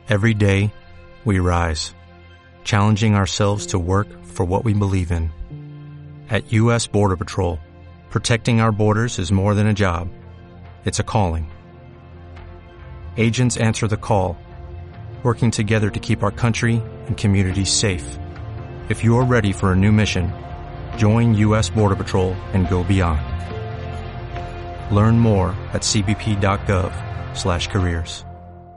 Every day, we rise, challenging ourselves to work for what we believe in. At U.S. Border Patrol, protecting our borders is more than a job. It's a calling. Agents answer the call, working together to keep our country and communities safe. If you're ready for a new mission, join U.S. Border Patrol and go beyond. Learn more at cbp.gov/careers.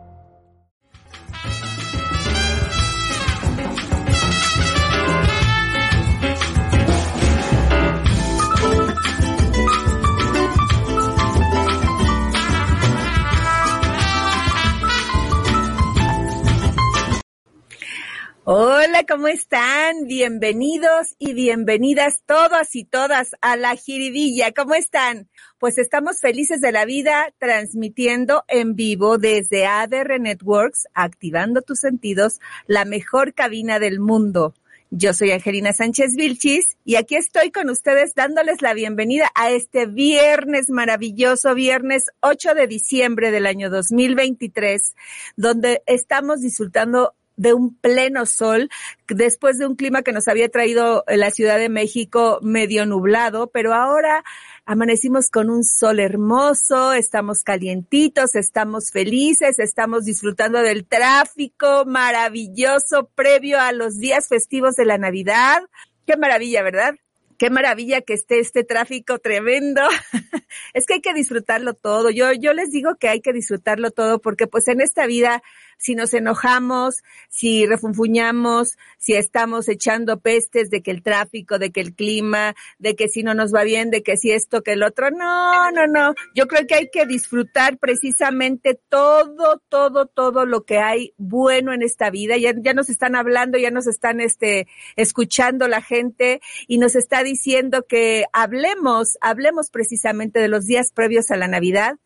Hola, ¿cómo están? Bienvenidos y bienvenidas todos y todas a La Jiribilla. ¿Cómo están? Pues estamos felices de la vida transmitiendo en vivo desde ADR Networks, activando tus sentidos, la mejor cabina del mundo. Yo soy Angelina Sánchez Vilchis y aquí estoy con ustedes dándoles la bienvenida a este viernes maravilloso, viernes 8 de diciembre del año 2023, donde estamos disfrutando de un pleno sol, después de un clima que nos había traído la Ciudad de México medio nublado, pero ahora amanecimos con un sol hermoso, estamos calientitos, estamos felices, estamos disfrutando del tráfico maravilloso previo a los días festivos de la Navidad. Qué maravilla, ¿verdad? Qué maravilla que esté este tráfico tremendo. Es que hay que disfrutarlo todo. Yo les digo que hay que disfrutarlo todo porque pues en esta vida, si nos enojamos, si refunfuñamos, si estamos echando pestes de que el tráfico, de que el clima, de que si no nos va bien, de que si esto, que el otro, no. Yo creo que hay que disfrutar precisamente todo lo que hay bueno en esta vida. Ya nos están hablando, ya nos están escuchando la gente y nos está diciendo que hablemos precisamente de los días previos a la Navidad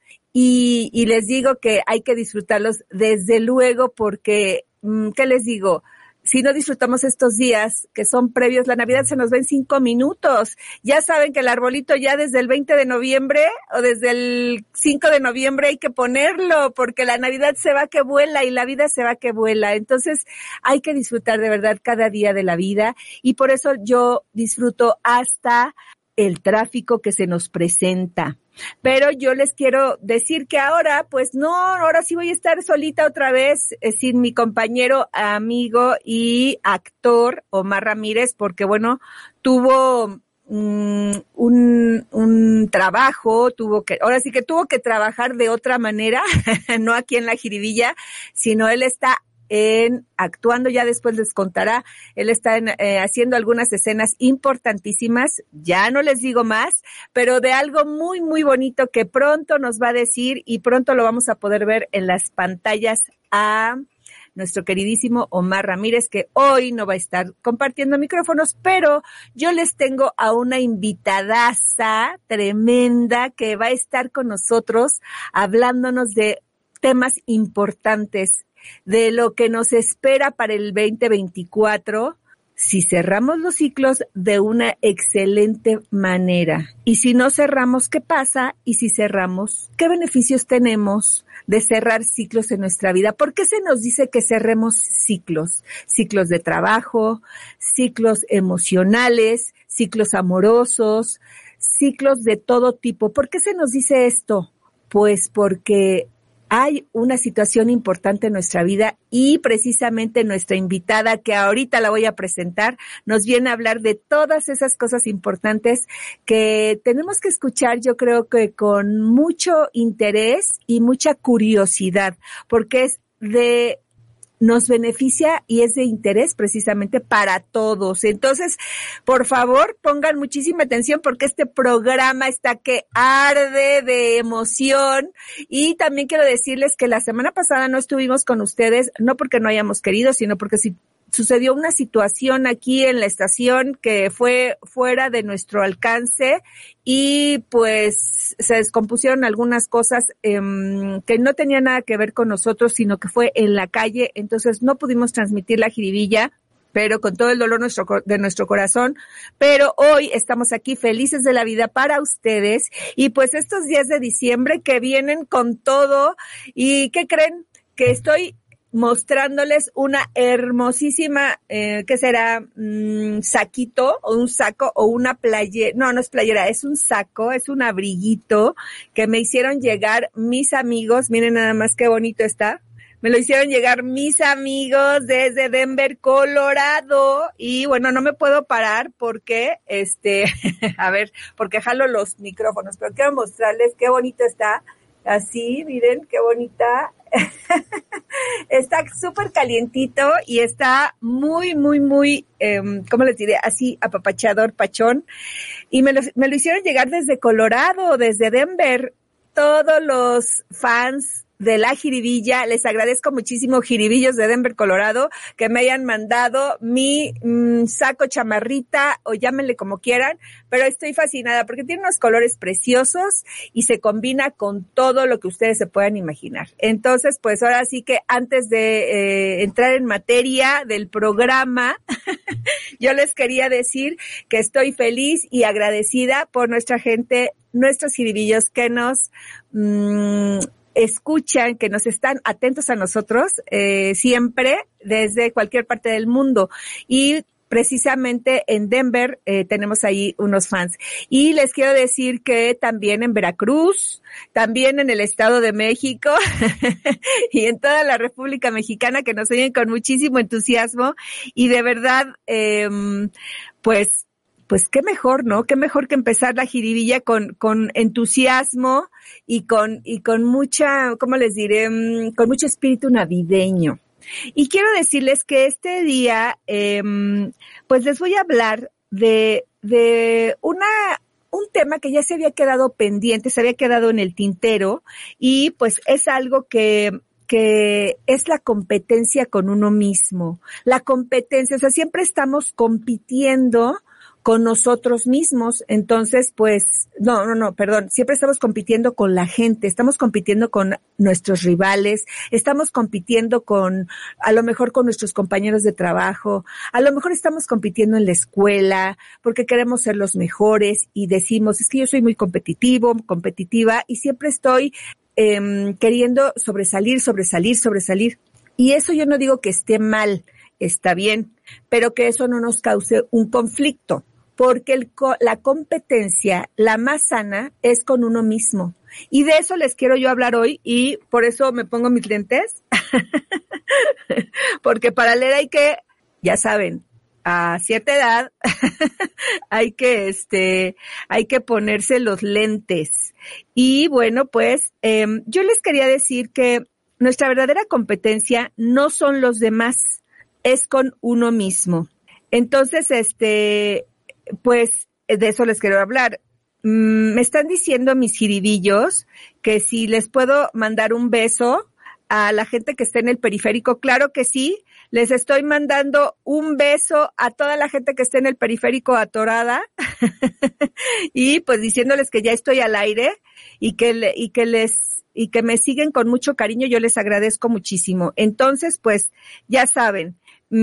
y les digo que hay que disfrutarlos desde luego porque, ¿qué les digo? Si no disfrutamos estos días que son previos, la Navidad se nos va en 5 minutos. Ya saben que el arbolito ya desde el 20 de noviembre o desde el 5 de noviembre hay que ponerlo porque la Navidad se va que vuela y la vida se va que vuela. Entonces hay que disfrutar de verdad cada día de la vida y por eso yo disfruto hasta el tráfico que se nos presenta. Pero yo les quiero decir que ahora, pues no, ahora sí voy a estar solita otra vez, sin mi compañero, amigo y actor Omar Ramírez, porque bueno, tuvo un trabajo, tuvo que trabajar de otra manera, no aquí en La Jiribilla, sino él está actuando, ya después les contará, él está haciendo algunas escenas importantísimas, ya no les digo más, pero de algo muy, muy bonito que pronto nos va a decir y pronto lo vamos a poder ver en las pantallas a nuestro queridísimo Omar Ramírez, que hoy no va a estar compartiendo micrófonos, pero yo les tengo a una invitadaza tremenda que va a estar con nosotros hablándonos de temas importantes, de lo que nos espera para el 2024, si cerramos los ciclos de una excelente manera. Y si no cerramos, ¿qué pasa? Y si cerramos, ¿qué beneficios tenemos de cerrar ciclos en nuestra vida? ¿Por qué se nos dice que cerremos ciclos? Ciclos de trabajo, ciclos emocionales, ciclos amorosos, ciclos de todo tipo. ¿Por qué se nos dice esto? Pues porque hay una situación importante en nuestra vida y precisamente nuestra invitada, que ahorita la voy a presentar, nos viene a hablar de todas esas cosas importantes que tenemos que escuchar, yo creo que con mucho interés y mucha curiosidad, porque nos beneficia y es de interés precisamente para todos. Entonces, por favor, pongan muchísima atención porque este programa está que arde de emoción. Y también quiero decirles que la semana pasada no estuvimos con ustedes, no porque no hayamos querido, sino porque sucedió una situación aquí en la estación que fue fuera de nuestro alcance y pues se descompusieron algunas cosas que no tenían nada que ver con nosotros, sino que fue en la calle. Entonces no pudimos transmitir La Jiribilla, pero con todo el dolor de nuestro corazón. Pero hoy estamos aquí felices de la vida para ustedes y pues estos días de diciembre que vienen con todo. ¿Y qué creen? Que estoy mostrándoles una hermosísima, ¿qué será? Saquito o un saco o una playera, no es playera, es un saco, es un abriguito que me hicieron llegar mis amigos, miren nada más qué bonito está. Me lo hicieron llegar mis amigos desde Denver, Colorado, y bueno, no me puedo parar porque, a ver, porque jalo los micrófonos, pero quiero mostrarles qué bonito está, así, miren, qué bonita. Está súper calientito y está muy, ¿cómo les diré? Así apapachador, pachón. Y me lo hicieron llegar desde Colorado, desde Denver. Todos los fans de la jiribilla, les agradezco muchísimo, jiribillos de Denver, Colorado, que me hayan mandado mi saco, chamarrita, o llámenle como quieran, pero estoy fascinada porque tiene unos colores preciosos y se combina con todo lo que ustedes se puedan imaginar. Entonces, pues ahora sí que antes de entrar en materia del programa, yo les quería decir que estoy feliz y agradecida por nuestra gente, nuestros jiribillos que nos escuchan, que nos están atentos a nosotros siempre desde cualquier parte del mundo, y precisamente en Denver tenemos ahí unos fans. Y les quiero decir que también en Veracruz, también en el Estado de México y en toda la República Mexicana, que nos oyen con muchísimo entusiasmo, y de verdad pues qué mejor, ¿no? Qué mejor que empezar la jiribilla con entusiasmo y con mucha, ¿cómo les diré? Con mucho espíritu navideño. Y quiero decirles que este día, pues les voy a hablar de un tema que ya se había quedado pendiente, se había quedado en el tintero, y pues es algo que es la competencia con uno mismo. La competencia, o sea, siempre estamos compitiendo con nosotros mismos. Entonces, pues, siempre estamos compitiendo con la gente, estamos compitiendo con nuestros rivales, estamos compitiendo a lo mejor con nuestros compañeros de trabajo, a lo mejor estamos compitiendo en la escuela, porque queremos ser los mejores y decimos, es que yo soy muy competitiva, y siempre estoy queriendo sobresalir. Y eso yo no digo que esté mal, está bien, pero que eso no nos cause un conflicto. Porque la competencia, la más sana, es con uno mismo. Y de eso les quiero yo hablar hoy, y por eso me pongo mis lentes. Porque para leer hay que, ya saben, a cierta edad, hay que ponerse los lentes. Y bueno, pues, yo les quería decir que nuestra verdadera competencia no son los demás, es con uno mismo. Entonces, pues de eso les quiero hablar. Me están diciendo mis jiribillos que si les puedo mandar un beso a la gente que está en el periférico. Claro que sí, les estoy mandando un beso a toda la gente que está en el periférico atorada y pues diciéndoles que ya estoy al aire y que me siguen con mucho cariño. Yo les agradezco muchísimo. Entonces, pues ya saben,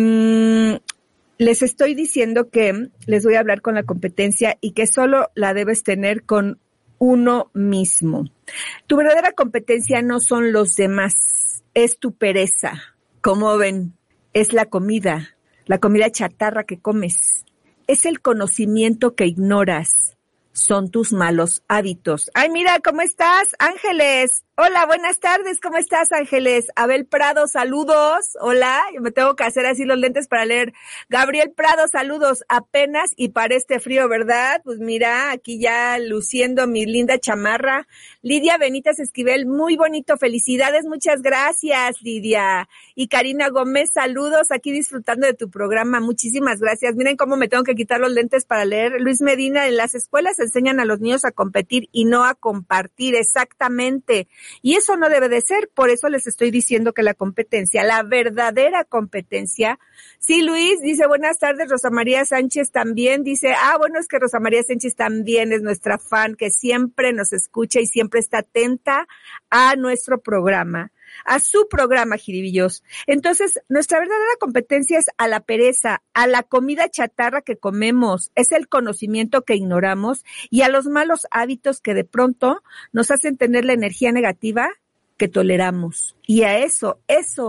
les estoy diciendo que les voy a hablar con la competencia y que solo la debes tener con uno mismo. Tu verdadera competencia no son los demás, es tu pereza. ¿Cómo ven? Es la comida chatarra que comes. Es el conocimiento que ignoras. Son tus malos hábitos. Ay, mira, ¿cómo estás, Ángeles? Hola, buenas tardes, ¿cómo estás, Ángeles? Abel Prado, saludos. Hola, yo me tengo que hacer así los lentes para leer. Gabriel Prado, saludos. Apenas y para este frío, ¿verdad? Pues mira, aquí ya luciendo mi linda chamarra. Lidia Benítez Esquivel, muy bonito, felicidades, muchas gracias, Lidia. Y Karina Gómez, saludos, aquí disfrutando de tu programa, muchísimas gracias. Miren cómo me tengo que quitar los lentes para leer. Luis Medina, en las escuelas enseñan a los niños a competir y no a compartir, exactamente. Y eso no debe de ser, por eso les estoy diciendo que la competencia, la verdadera competencia. Sí, Luis dice, buenas tardes. Rosa María Sánchez también dice, bueno, es que Rosa María Sánchez también es nuestra fan, que siempre nos escucha y siempre está atenta a nuestro programa, a su programa, jiribillos. Entonces, nuestra verdadera competencia es a la pereza, a la comida chatarra que comemos, es el conocimiento que ignoramos y a los malos hábitos que de pronto nos hacen tener la energía negativa que toleramos. Y a eso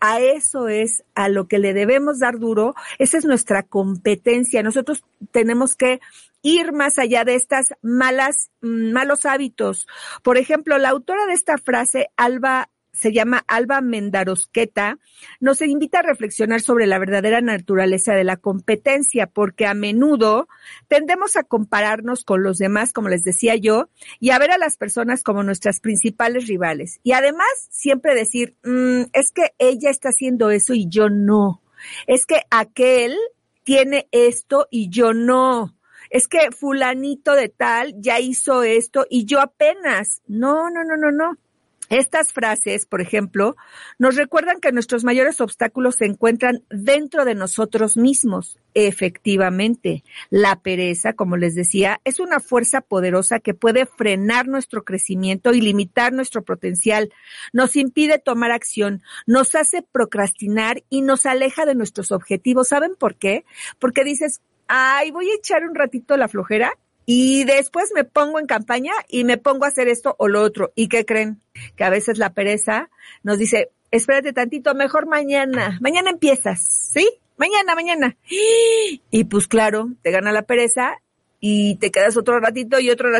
a eso es a lo que le debemos dar duro, esa es nuestra competencia. Nosotros tenemos que ir más allá de estas malos hábitos. Por ejemplo, la autora de esta frase, se llama Alba Mendarosqueta, nos invita a reflexionar sobre la verdadera naturaleza de la competencia, porque a menudo tendemos a compararnos con los demás, como les decía yo, y a ver a las personas como nuestras principales rivales. Y además, siempre decir, es que ella está haciendo eso y yo no. Es que aquel tiene esto y yo no. Es que fulanito de tal ya hizo esto y yo apenas. No. Estas frases, por ejemplo, nos recuerdan que nuestros mayores obstáculos se encuentran dentro de nosotros mismos. Efectivamente, la pereza, como les decía, es una fuerza poderosa que puede frenar nuestro crecimiento y limitar nuestro potencial. Nos impide tomar acción, nos hace procrastinar y nos aleja de nuestros objetivos. ¿Saben por qué? Porque dices, voy a echar un ratito la flojera y después me pongo en campaña y me pongo a hacer esto o lo otro. ¿Y qué creen? Que a veces la pereza nos dice, espérate tantito, mejor mañana empiezas, ¿sí? Mañana. Y pues claro, te gana la pereza y te quedas otro ratito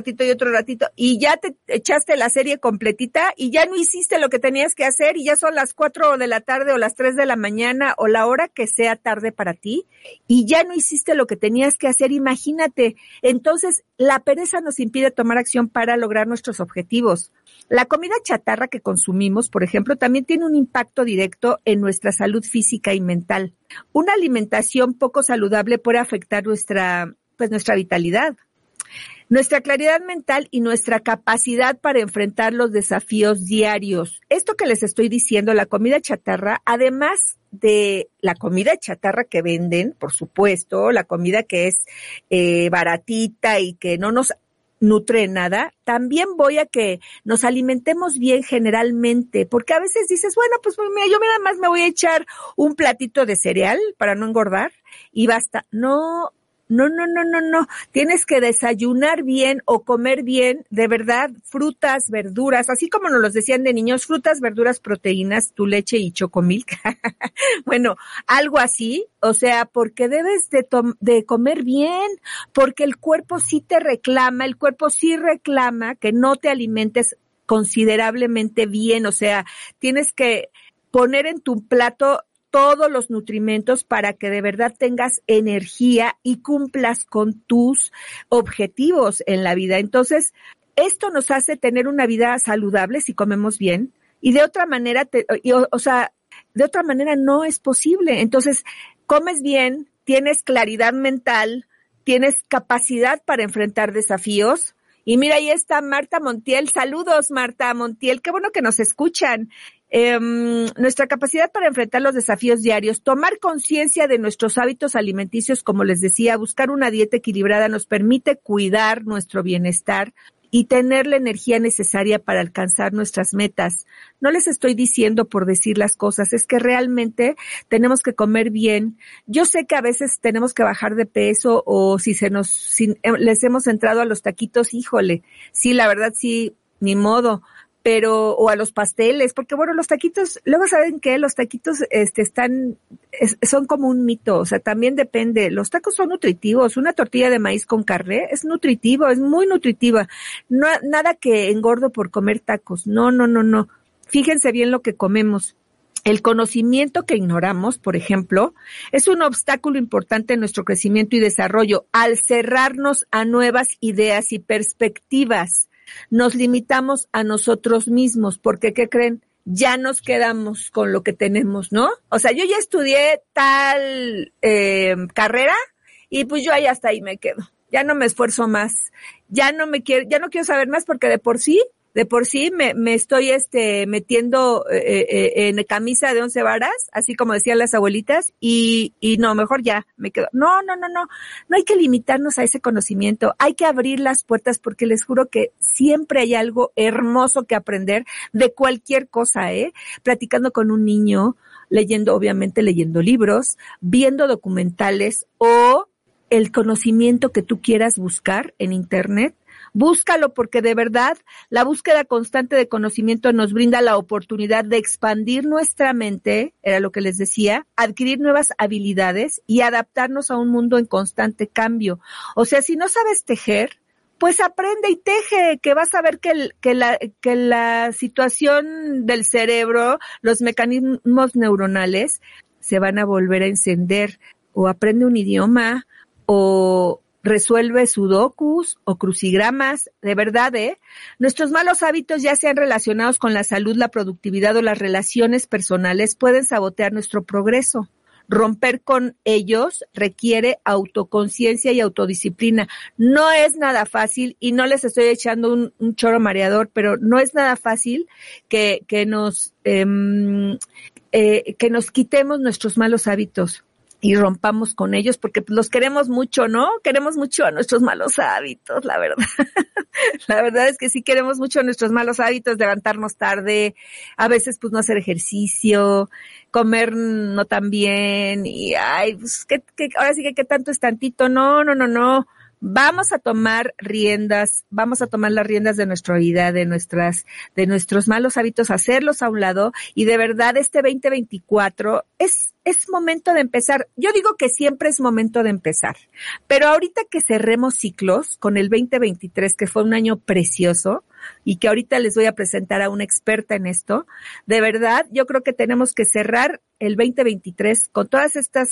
y ya te echaste la serie completita y ya no hiciste lo que tenías que hacer y ya son las 4 de la tarde o las 3 de la mañana o la hora que sea tarde para ti y ya no hiciste lo que tenías que hacer, imagínate. Entonces, la pereza nos impide tomar acción para lograr nuestros objetivos. La comida chatarra que consumimos, por ejemplo, también tiene un impacto directo en nuestra salud física y mental. Una alimentación poco saludable puede afectar nuestra vitalidad, nuestra claridad mental y nuestra capacidad para enfrentar los desafíos diarios. Esto que les estoy diciendo, la comida chatarra, además de la comida chatarra que venden, por supuesto, la comida que es baratita y que no nos nutre nada, también voy a que nos alimentemos bien generalmente, porque a veces dices, bueno, pues mira, yo nada más me voy a echar un platito de cereal para no engordar y basta. No. Tienes que desayunar bien o comer bien, de verdad, frutas, verduras, así como nos los decían de niños, frutas, verduras, proteínas, tu leche y chocomilk. Bueno, algo así, o sea, porque debes de comer bien, porque el cuerpo sí reclama que no te alimentes considerablemente bien, o sea, tienes que poner en tu plato todos los nutrimentos para que de verdad tengas energía y cumplas con tus objetivos en la vida. Entonces, esto nos hace tener una vida saludable si comemos bien y de otra manera, de otra manera no es posible. Entonces, comes bien, tienes claridad mental, tienes capacidad para enfrentar desafíos. Y mira, ahí está Marta Montiel. Saludos, Marta Montiel. Qué bueno que nos escuchan. Nuestra capacidad para enfrentar los desafíos diarios, tomar conciencia de nuestros hábitos alimenticios, como les decía, buscar una dieta equilibrada nos permite cuidar nuestro bienestar y tener la energía necesaria para alcanzar nuestras metas. No les estoy diciendo por decir las cosas, es que realmente tenemos que comer bien. Yo sé que a veces tenemos que bajar de peso o si les hemos entrado a los taquitos, híjole, sí, la verdad sí, ni modo. O a los pasteles, porque bueno, los taquitos, luego saben que los taquitos son como un mito, o sea, también depende, los tacos son nutritivos, una tortilla de maíz con carne es nutritivo, es muy nutritiva, no, nada que engordo por comer tacos, no, fíjense bien lo que comemos. El conocimiento que ignoramos, por ejemplo, es un obstáculo importante en nuestro crecimiento y desarrollo al cerrarnos a nuevas ideas y perspectivas. Nos limitamos a nosotros mismos, porque ¿qué creen? Ya nos quedamos con lo que tenemos, ¿no? O sea, yo ya estudié tal carrera y pues yo ahí hasta ahí me quedo. Ya no me esfuerzo más. Ya no quiero saber más porque de por sí me estoy metiendo en camisa de 11 varas, así como decían las abuelitas, y no, mejor ya me quedo. No hay que limitarnos a ese conocimiento, hay que abrir las puertas porque les juro que siempre hay algo hermoso que aprender de cualquier cosa, platicando con un niño, leyendo libros, viendo documentales o el conocimiento que tú quieras buscar en internet. Búscalo porque de verdad la búsqueda constante de conocimiento nos brinda la oportunidad de expandir nuestra mente, era lo que les decía, adquirir nuevas habilidades y adaptarnos a un mundo en constante cambio. O sea, si no sabes tejer, pues aprende y teje, que vas a ver que la situación del cerebro, los mecanismos neuronales se van a volver a encender. O aprende un idioma, o resuelve sudokus o crucigramas, de verdad, Nuestros malos hábitos, ya sean relacionados con la salud, la productividad o las relaciones personales, pueden sabotear nuestro progreso. Romper con ellos requiere autoconciencia y autodisciplina. No es nada fácil, y no les estoy echando un choro mareador, pero no es nada fácil que nos quitemos nuestros malos hábitos y rompamos con ellos, porque los queremos mucho, ¿no? Queremos mucho a nuestros malos hábitos, la verdad. La verdad es que sí queremos mucho a nuestros malos hábitos, levantarnos tarde, a veces pues no hacer ejercicio, comer no tan bien, y pues ahora sí que tanto es tantito. No. Vamos a tomar las riendas de nuestra vida, de nuestros malos hábitos, hacerlos a un lado, y de verdad este 2024 es momento de empezar. Yo digo que siempre es momento de empezar, pero ahorita que cerremos ciclos con el 2023, que fue un año precioso, y que ahorita les voy a presentar a una experta en esto, de verdad yo creo que tenemos que cerrar el 2023 con todas estas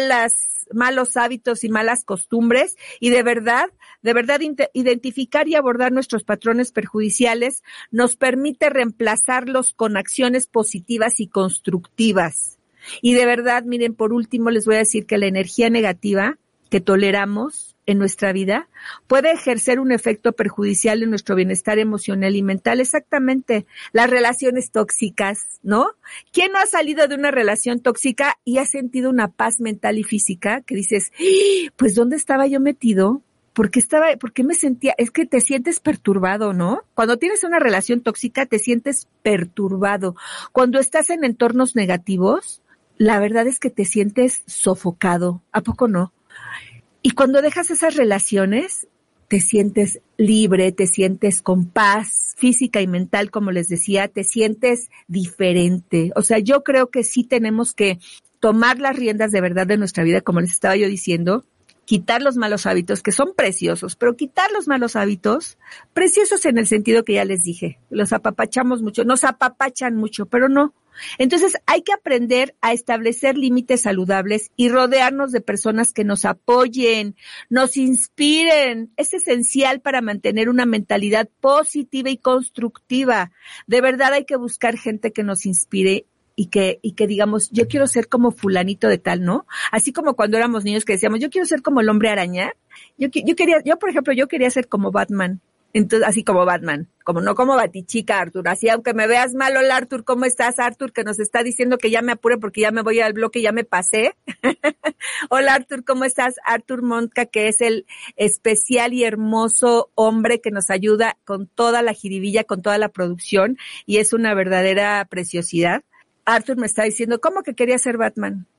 malos hábitos y malas costumbres, y de verdad identificar y abordar nuestros patrones perjudiciales nos permite reemplazarlos con acciones positivas y constructivas. Y de verdad, miren, por último les voy a decir que la energía negativa que toleramos en nuestra vida puede ejercer un efecto perjudicial en nuestro bienestar emocional y mental. Exactamente, las relaciones tóxicas, ¿no? ¿Quién no ha salido de una relación tóxica y ha sentido una paz mental y física que dices, pues ¿dónde estaba yo metido? ¿Por qué me sentía? Es que te sientes perturbado, ¿no? Cuando tienes una relación tóxica te sientes perturbado. Cuando estás en entornos negativos, la verdad es que te sientes sofocado. ¿A poco no? Y cuando dejas esas relaciones, te sientes libre, te sientes con paz física y mental, como les decía, te sientes diferente. O sea, yo creo que sí tenemos que tomar las riendas de verdad de nuestra vida, como les estaba yo diciendo, quitar los malos hábitos, que son preciosos, pero quitar los malos hábitos, preciosos en el sentido que ya les dije, los apapachamos mucho, nos apapachan mucho, pero no. Entonces hay que aprender a establecer límites saludables y rodearnos de personas que nos apoyen, nos inspiren. Es esencial para mantener una mentalidad positiva y constructiva. De verdad hay que buscar gente que nos inspire y que digamos, yo quiero ser como fulanito de tal, ¿no? Así como cuando éramos niños que decíamos, yo quiero ser como el Hombre Araña. Yo por ejemplo, yo quería ser como Batman. Entonces, así como Batman, no como Batichica, Artur. Así, aunque me veas mal, hola Artur, ¿cómo estás, Artur? Que nos está diciendo que ya me apure porque ya me voy al bloque, ya me pasé. Hola Artur, ¿cómo estás? Artur Montka, que es el especial y hermoso hombre que nos ayuda con toda la jiribilla, con toda la producción, y es una verdadera preciosidad. Artur me está diciendo, ¿cómo que quería ser Batman?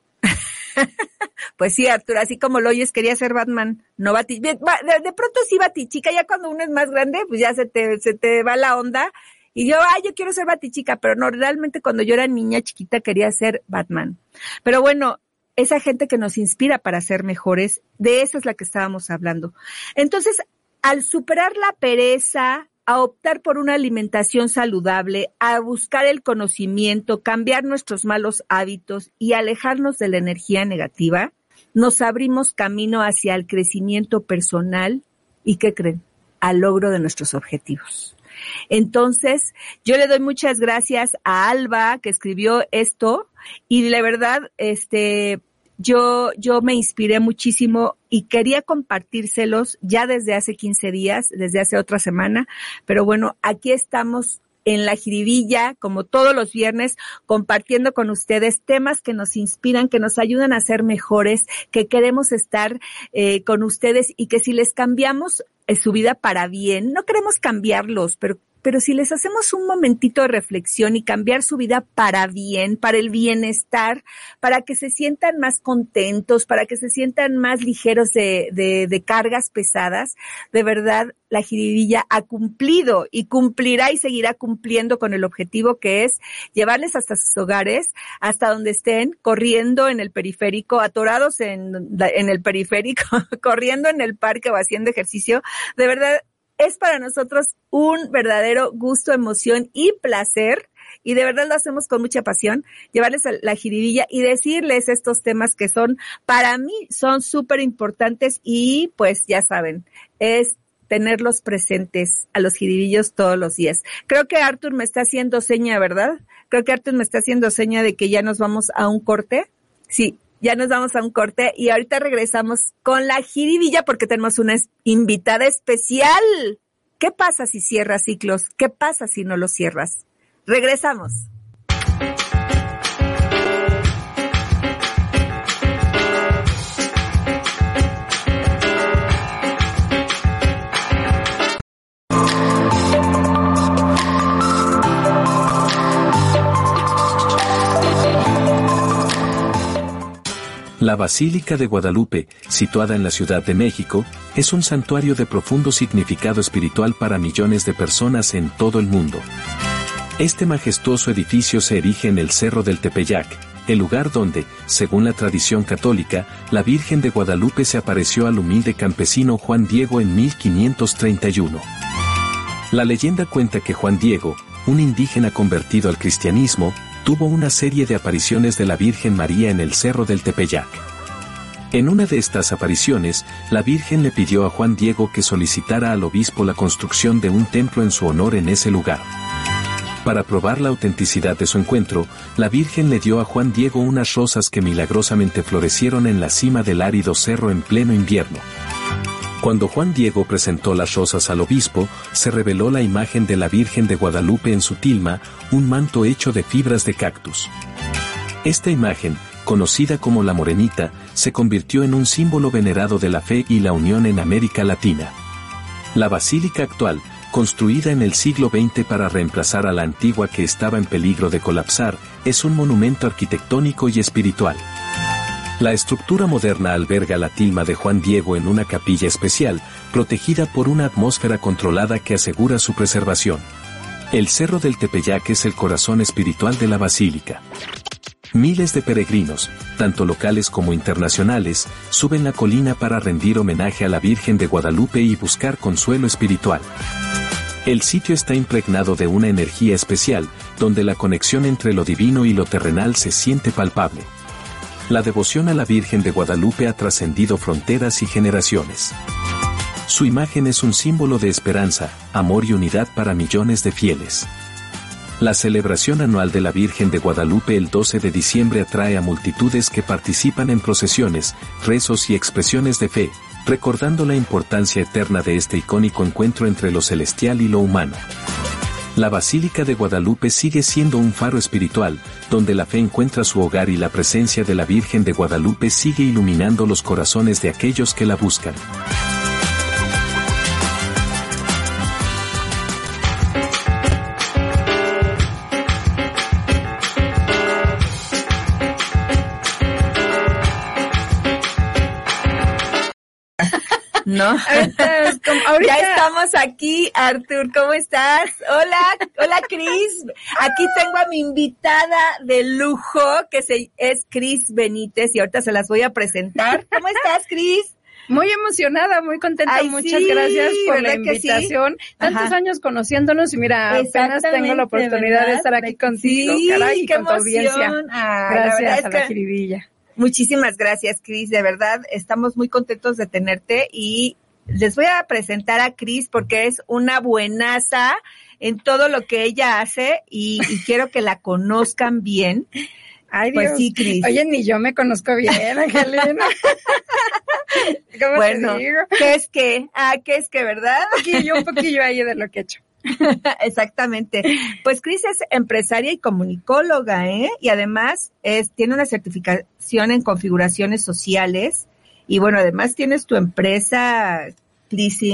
Pues sí, Artur, así como lo oyes, quería ser Batman, no Batichica. De pronto sí Batichica, ya cuando uno es más grande, pues ya se te va la onda. Y yo quiero ser Batichica, pero no, realmente cuando yo era niña chiquita quería ser Batman. Pero bueno, esa gente que nos inspira para ser mejores, de esa es la que estábamos hablando. Entonces, al superar la pereza, a optar por una alimentación saludable, a buscar el conocimiento, cambiar nuestros malos hábitos y alejarnos de la energía negativa, nos abrimos camino hacia el crecimiento personal y, ¿qué creen?, al logro de nuestros objetivos. Entonces, yo le doy muchas gracias a Alba, que escribió esto, y la verdad, yo me inspiré muchísimo y quería compartírselos ya desde hace 15 días, desde hace otra semana, pero bueno, aquí estamos en la jiribilla, como todos los viernes, compartiendo con ustedes temas que nos inspiran, que nos ayudan a ser mejores, que queremos estar con ustedes, y que si les cambiamos su vida para bien, no queremos cambiarlos, pero pero si les hacemos un momentito de reflexión y cambiar su vida para bien, para el bienestar, para que se sientan más contentos, para que se sientan más ligeros de cargas pesadas, de verdad la jiribilla ha cumplido y cumplirá y seguirá cumpliendo con el objetivo que es llevarles hasta sus hogares, hasta donde estén, corriendo en el periférico, atorados en el periférico, corriendo en el parque o haciendo ejercicio. De verdad, es para nosotros un verdadero gusto, emoción y placer, y de verdad lo hacemos con mucha pasión, llevarles a la jiribilla y decirles estos temas que para mí, son súper importantes y pues ya saben, es tenerlos presentes a los jiribillos todos los días. Creo que Arthur me está haciendo seña, ¿verdad? Creo que Arthur me está haciendo seña de que ya nos vamos a un corte. Sí. Ya nos vamos a un corte y ahorita regresamos con la jiribilla porque tenemos una invitada especial. ¿Qué pasa si cierras ciclos? ¿Qué pasa si no los cierras? Regresamos. La Basílica de Guadalupe, situada en la Ciudad de México, es un santuario de profundo significado espiritual para millones de personas en todo el mundo. Este majestuoso edificio se erige en el Cerro del Tepeyac, el lugar donde, según la tradición católica, la Virgen de Guadalupe se apareció al humilde campesino Juan Diego en 1531. La leyenda cuenta que Juan Diego, un indígena convertido al cristianismo, tuvo una serie de apariciones de la Virgen María en el Cerro del Tepeyac. En una de estas apariciones, la Virgen le pidió a Juan Diego que solicitara al obispo la construcción de un templo en su honor en ese lugar. Para probar la autenticidad de su encuentro, la Virgen le dio a Juan Diego unas rosas que milagrosamente florecieron en la cima del árido cerro en pleno invierno. Cuando Juan Diego presentó las rosas al obispo, se reveló la imagen de la Virgen de Guadalupe en su tilma, un manto hecho de fibras de cactus. Esta imagen, conocida como la Morenita, se convirtió en un símbolo venerado de la fe y la unión en América Latina. La basílica actual, construida en el siglo XX para reemplazar a la antigua que estaba en peligro de colapsar, es un monumento arquitectónico y espiritual. La estructura moderna alberga la tilma de Juan Diego en una capilla especial, protegida por una atmósfera controlada que asegura su preservación. El Cerro del Tepeyac es el corazón espiritual de la basílica. Miles de peregrinos, tanto locales como internacionales, suben la colina para rendir homenaje a la Virgen de Guadalupe y buscar consuelo espiritual. El sitio está impregnado de una energía especial, donde la conexión entre lo divino y lo terrenal se siente palpable. La devoción a la Virgen de Guadalupe ha trascendido fronteras y generaciones. Su imagen es un símbolo de esperanza, amor y unidad para millones de fieles. La celebración anual de la Virgen de Guadalupe el 12 de diciembre atrae a multitudes que participan en procesiones, rezos y expresiones de fe, recordando la importancia eterna de este icónico encuentro entre lo celestial y lo humano. La Basílica de Guadalupe sigue siendo un faro espiritual, donde la fe encuentra su hogar y la presencia de la Virgen de Guadalupe sigue iluminando los corazones de aquellos que la buscan. ¿No? Ahorita. Ya estamos aquí, Arthur, ¿cómo estás? Hola Cris, aquí tengo a mi invitada de lujo, que es Cris Benítez, y ahorita se las voy a presentar. ¿Cómo estás, Cris? Muy emocionada, muy contenta, muchas gracias por la invitación. Tantos años conociéndonos y mira, apenas tengo la oportunidad de estar aquí contigo, caray, qué con tu audiencia. Gracias a la jiribilla. Muchísimas gracias, Cris, de verdad, estamos muy contentos de tenerte y les voy a presentar a Cris porque es una buenaza en todo lo que ella hace y quiero que la conozcan bien. Ay, Dios. Pues sí, Cris. Oye, ni yo me conozco bien, Angelina. ¿Cómo bueno, te digo? ¿Qué es que, verdad? Un poquillo ahí de lo que he hecho. Exactamente. Pues Cris es empresaria y comunicóloga, y además tiene una certificación en configuraciones sociales y bueno, además tienes tu empresa Pleasing.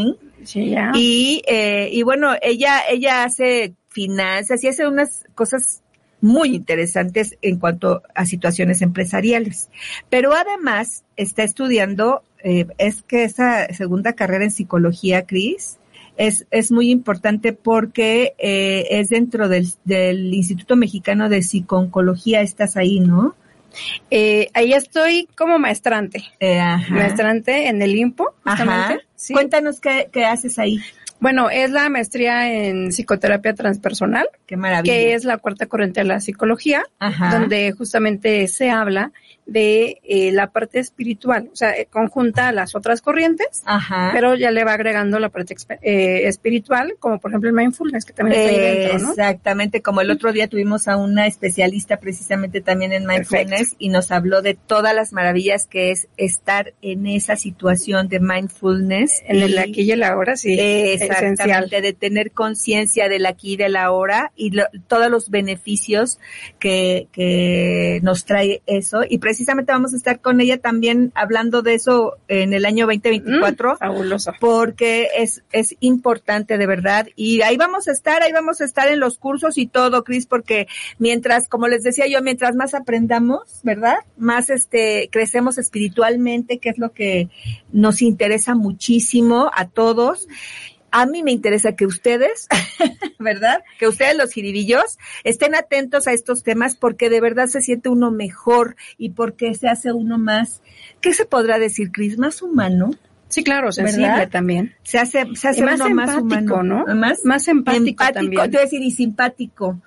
Sí, ya. Y bueno, ella hace finanzas y hace unas cosas muy interesantes en cuanto a situaciones empresariales. Pero además está estudiando, es que esa segunda carrera en psicología, Cris, es muy importante porque es dentro del Instituto Mexicano de Psico-Oncología. Estás ahí, ¿no? Ahí estoy como maestrante. Maestrante en el IMPO, justamente. Sí. Cuéntanos qué haces ahí. Bueno, es la maestría en psicoterapia transpersonal. Qué maravilla. Que es la cuarta corriente de la psicología, donde justamente se habla de la parte espiritual, o sea, conjunta las otras corrientes, pero ya le va agregando la parte espiritual, como por ejemplo el mindfulness, que también está ahí dentro, ¿no? Exactamente, como el otro día tuvimos a una especialista precisamente también en mindfulness. Perfecto. Y nos habló de todas las maravillas que es estar en esa situación de mindfulness. En el aquí y el ahora, sí. Exactamente, esencial. De tener conciencia del aquí y del ahora y todos los beneficios que nos trae eso. Y precisamente vamos a estar con ella también hablando de eso en el año 2024. Fabuloso. Porque es importante de verdad. Y ahí vamos a estar en los cursos y todo, Cris, porque mientras, como les decía yo, mientras más aprendamos, ¿verdad? Más crecemos espiritualmente, que es lo que nos interesa muchísimo a todos. A mí me interesa que ustedes, ¿verdad? Que ustedes los jiribillos estén atentos a estos temas porque de verdad se siente uno mejor y porque se hace uno más, ¿qué se podrá decir, Cris? Más humano. Sí, claro, sensible, ¿verdad? También. Se hace más uno empático, más humano, ¿no? Más empático también. Te voy a decir, y simpático.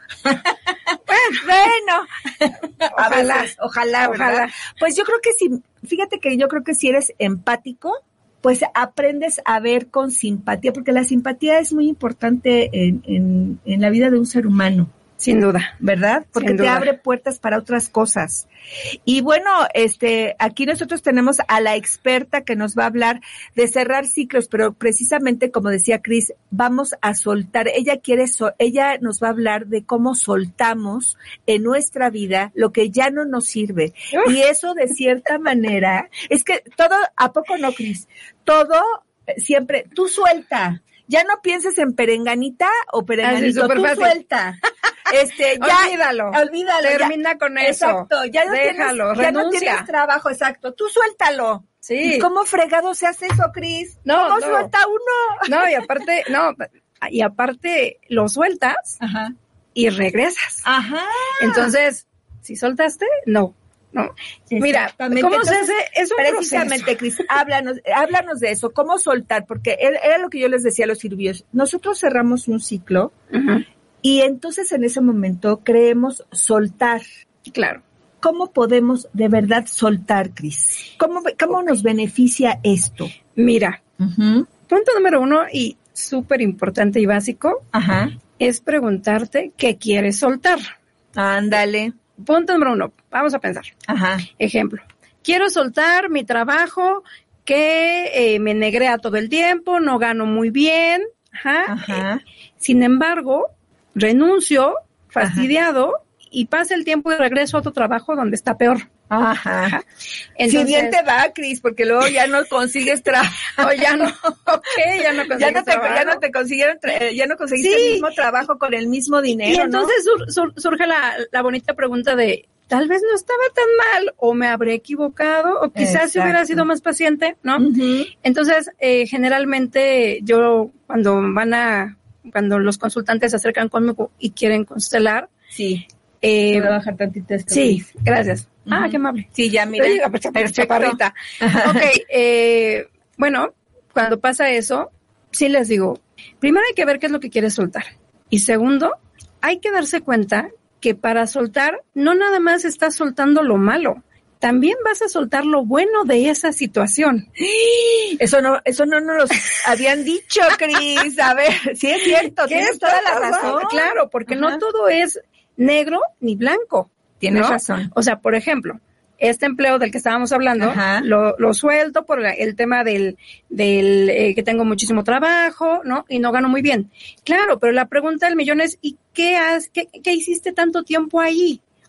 Bueno, ojalá. Pues yo creo que sí, fíjate que yo creo que si eres empático, pues aprendes a ver con simpatía, porque la simpatía es muy importante en la vida de un ser humano. Sin duda. ¿Verdad? Porque te abre puertas para otras cosas. Y bueno, aquí nosotros tenemos a la experta que nos va a hablar de cerrar ciclos, pero precisamente como decía Cris, vamos a soltar. Ella nos va a hablar de cómo soltamos en nuestra vida lo que ya no nos sirve. Y eso de cierta manera, es que todo, ¿a poco no, Cris? Todo siempre, tú suelta. Ya no pienses en perenganita o perenganito, tú suelta. Ya, olvídalo. Termina ya, con eso. Exacto. Déjalo, renuncia. Ya no tienes trabajo, exacto. Tú suéltalo. Sí. ¿Y cómo fregado se hace eso, Cris? ¿Cómo suelta uno? No, y aparte lo sueltas y regresas. Entonces, si soltaste, no. Mira, ¿cómo se hace? Es un precisamente, Cris, háblanos de eso, cómo soltar, porque era lo que yo les decía a los sirvios. Nosotros cerramos un ciclo y entonces en ese momento creemos soltar. Claro. ¿Cómo podemos de verdad soltar, Cris? ¿Cómo nos beneficia esto? Mira, punto número 1 y súper importante y básico es preguntarte qué quieres soltar. Ándale. Punto número 1, vamos a pensar. Ejemplo, quiero soltar mi trabajo que me negrea todo el tiempo, no gano muy bien. Sin embargo, renuncio, fastidiado, y pasa el tiempo y regreso a otro trabajo donde está peor. Entonces, si bien te va, Cris, porque luego ya no consigues trabajo. ya no consigues trabajo. Ya no conseguiste el mismo trabajo con el mismo dinero. Y entonces surge la bonita pregunta de, tal vez no estaba tan mal, o me habré equivocado, o quizás si hubiera sido más paciente, ¿no? Entonces, generalmente yo cuando los consultantes se acercan conmigo y quieren constelar. Sí. Voy a bajar tantito esto. Sí, gracias. Qué amable. Sí, ya mira. Chaparrita. Bueno, cuando pasa eso, sí les digo, primero hay que ver qué es lo que quieres soltar. Y segundo, hay que darse cuenta que para soltar, no nada más estás soltando lo malo, también vas a soltar lo bueno de esa situación. Eso no nos habían dicho, Cris. A ver, sí es cierto, tienes toda la razón. Claro, porque no todo es negro ni blanco. Tienes razón. O sea, por ejemplo, este empleo del que estábamos hablando, lo suelto por el tema del que tengo muchísimo trabajo, ¿no? Y no gano muy bien. Claro, pero la pregunta del millón es, ¿y qué hiciste tanto tiempo ahí?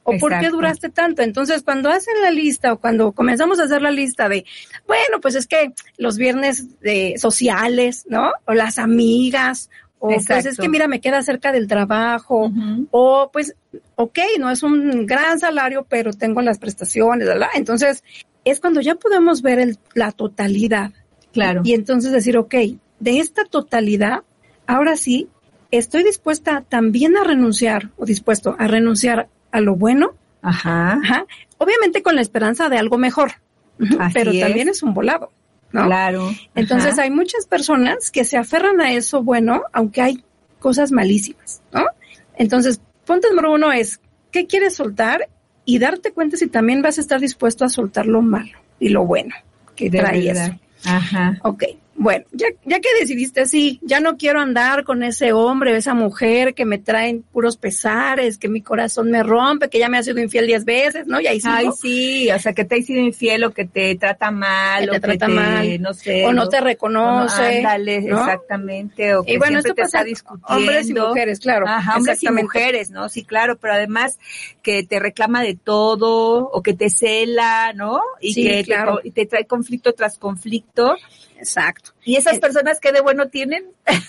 ¿O por qué duraste tanto? Entonces, cuando hacen la lista o cuando comenzamos a hacer la lista de, bueno, pues es que los viernes sociales, ¿no? O las amigas, o pues es que mira, me queda cerca del trabajo, o pues, no es un gran salario, pero tengo las prestaciones, ¿verdad? Entonces, es cuando ya podemos ver la totalidad. Claro. Y entonces decir, de esta totalidad, ahora sí, estoy dispuesta también a renunciar, o dispuesto a renunciar a lo bueno. Ajá. Obviamente con la esperanza de algo mejor, pero también es un volado, ¿no? Claro. Entonces hay muchas personas que se aferran a eso bueno, aunque hay cosas malísimas, ¿no? Entonces, punto número 1 es, ¿qué quieres soltar? Y darte cuenta si también vas a estar dispuesto a soltar lo malo y lo bueno que trae eso. Ajá. Bueno, ya que decidiste, sí, ya no quiero andar con ese hombre o esa mujer que me traen puros pesares, que mi corazón me rompe, que ya me ha sido infiel 10 veces, ¿no? Y ahí sigo. Ay, sí, o sea, que te ha sido infiel o que te trata mal, no sé. O no te reconoce. Ándale, ¿no? Exactamente, o que y bueno, siempre esto te pasa está discutiendo. Hombres y mujeres, claro. Ajá, hombres y mujeres, ¿no? Sí, claro, pero además que te reclama de todo, o que te cela, ¿no? Y sí, que claro. te trae conflicto tras conflicto. Exacto. ¿Y esas personas qué de bueno tienen?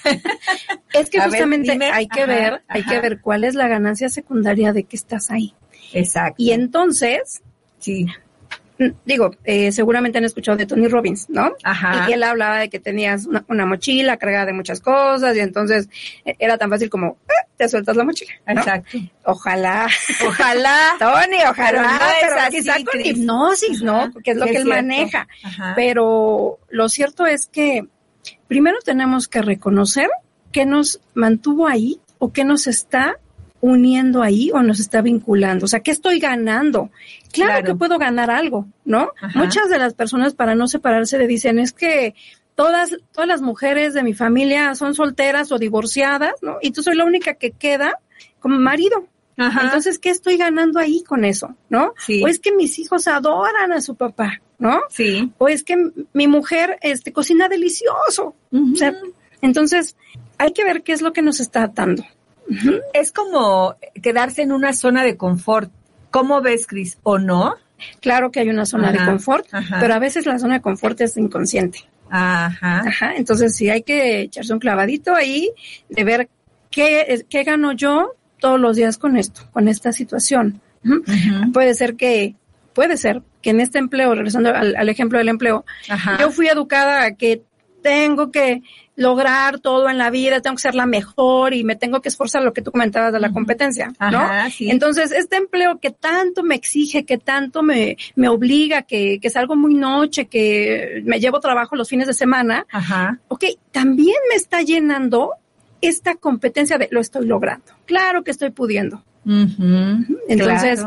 Es que justamente hay que ver cuál es la ganancia secundaria de que estás ahí. Exacto. Y entonces, sí. Digo, seguramente han escuchado de Tony Robbins, ¿no? Ajá. Y él hablaba de que tenías una mochila cargada de muchas cosas y entonces era tan fácil como, te sueltas la mochila, ¿no? Exacto. Ojalá, Tony, ojalá, pero así, quizá con Cris. hipnosis, ¿no? Porque es lo que él maneja. Ajá. Pero lo cierto es que primero tenemos que reconocer qué nos mantuvo ahí o qué nos está uniendo ahí o nos está vinculando. O sea, ¿qué estoy ganando? Claro que puedo ganar algo, ¿no? Ajá. Muchas de las personas para no separarse le dicen, es que todas las mujeres de mi familia son solteras o divorciadas, ¿no? Y tú soy la única que queda como marido. Ajá. Entonces, ¿qué estoy ganando ahí con eso, no? Sí. O es que mis hijos adoran a su papá, ¿no? Sí. O es que mi mujer cocina delicioso. O sea, entonces, hay que ver qué es lo que nos está atando. Es como quedarse en una zona de confort. ¿Cómo ves, Cris? ¿O no? Claro que hay una zona de confort, pero a veces la zona de confort es inconsciente. Ajá. Entonces sí hay que echarse un clavadito ahí de ver qué gano yo todos los días con esto, con esta situación. Puede ser que en este empleo, regresando al ejemplo del empleo, yo fui educada a que tengo que lograr todo en la vida, tengo que ser la mejor y me tengo que esforzar, lo que tú comentabas de la competencia, ¿no? Sí. Entonces, este empleo que tanto me exige, que tanto me obliga, que salgo muy noche, que me llevo trabajo los fines de semana, también me está llenando esta competencia de lo estoy logrando. Claro que estoy pudiendo. Entonces,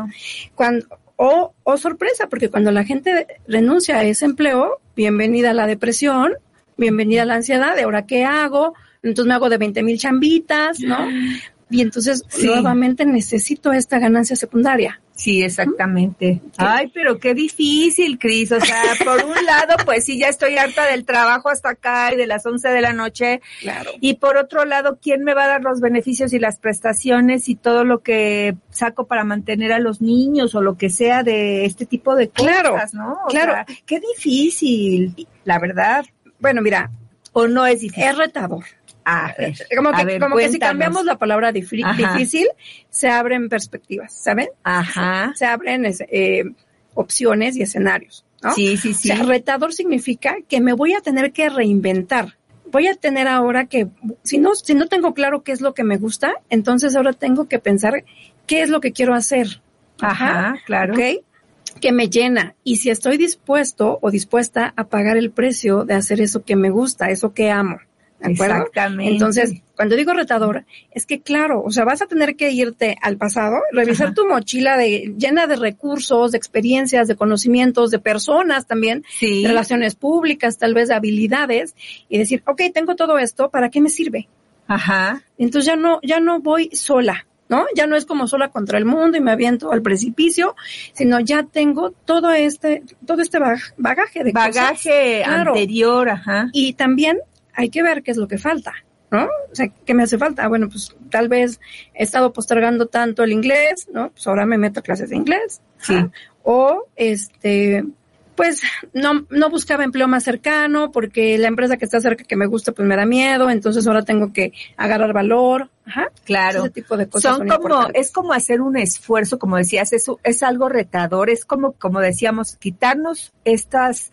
sorpresa, porque cuando la gente renuncia a ese empleo, bienvenida a la depresión, bienvenida a la ansiedad, de ahora qué hago, entonces me hago de 20,000 chambitas, ¿no? Y entonces nuevamente necesito esta ganancia secundaria. Sí, exactamente. Ay, pero qué difícil, Cris. O sea, por un lado, pues sí, ya estoy harta del trabajo hasta acá y de las 11 de la noche. Claro. Y por otro lado, ¿quién me va a dar los beneficios y las prestaciones y todo lo que saco para mantener a los niños o lo que sea de este tipo de cosas, ¿no? O sea, qué difícil, la verdad. Bueno, mira, o no es difícil. Es retador. Como que si cambiamos la palabra difícil, se abren perspectivas, ¿saben? Se abren opciones y escenarios, ¿no? Sí. O sea, retador significa que me voy a tener que reinventar. Voy a tener ahora que, si no tengo claro qué es lo que me gusta, entonces ahora tengo que pensar qué es lo que quiero hacer. Claro. ¿Ok? Que me llena, y si estoy dispuesto o dispuesta a pagar el precio de hacer eso que me gusta, eso que amo, ¿de acuerdo? Exactamente. Entonces, cuando digo retador, es que claro, o sea, vas a tener que irte al pasado, revisar tu mochila llena de recursos, de experiencias, de conocimientos, de personas también, de relaciones públicas, tal vez de habilidades, y decir, okay, tengo todo esto, ¿para qué me sirve? Entonces ya no voy sola, ¿no? Ya no es como sola contra el mundo y me aviento al precipicio, sino ya tengo todo este bagaje de cosas. Bagaje anterior, Y también hay que ver qué es lo que falta, ¿no? O sea, ¿qué me hace falta? Bueno, pues tal vez he estado postergando tanto el inglés, ¿no? Pues ahora me meto a clases de inglés. Sí. O, pues no buscaba empleo más cercano porque la empresa que está cerca que me gusta pues me da miedo, entonces ahora tengo que agarrar valor. Ajá. Claro. Ese tipo de cosas es como hacer un esfuerzo, como decías, eso es algo retador, es como decíamos, quitarnos estas,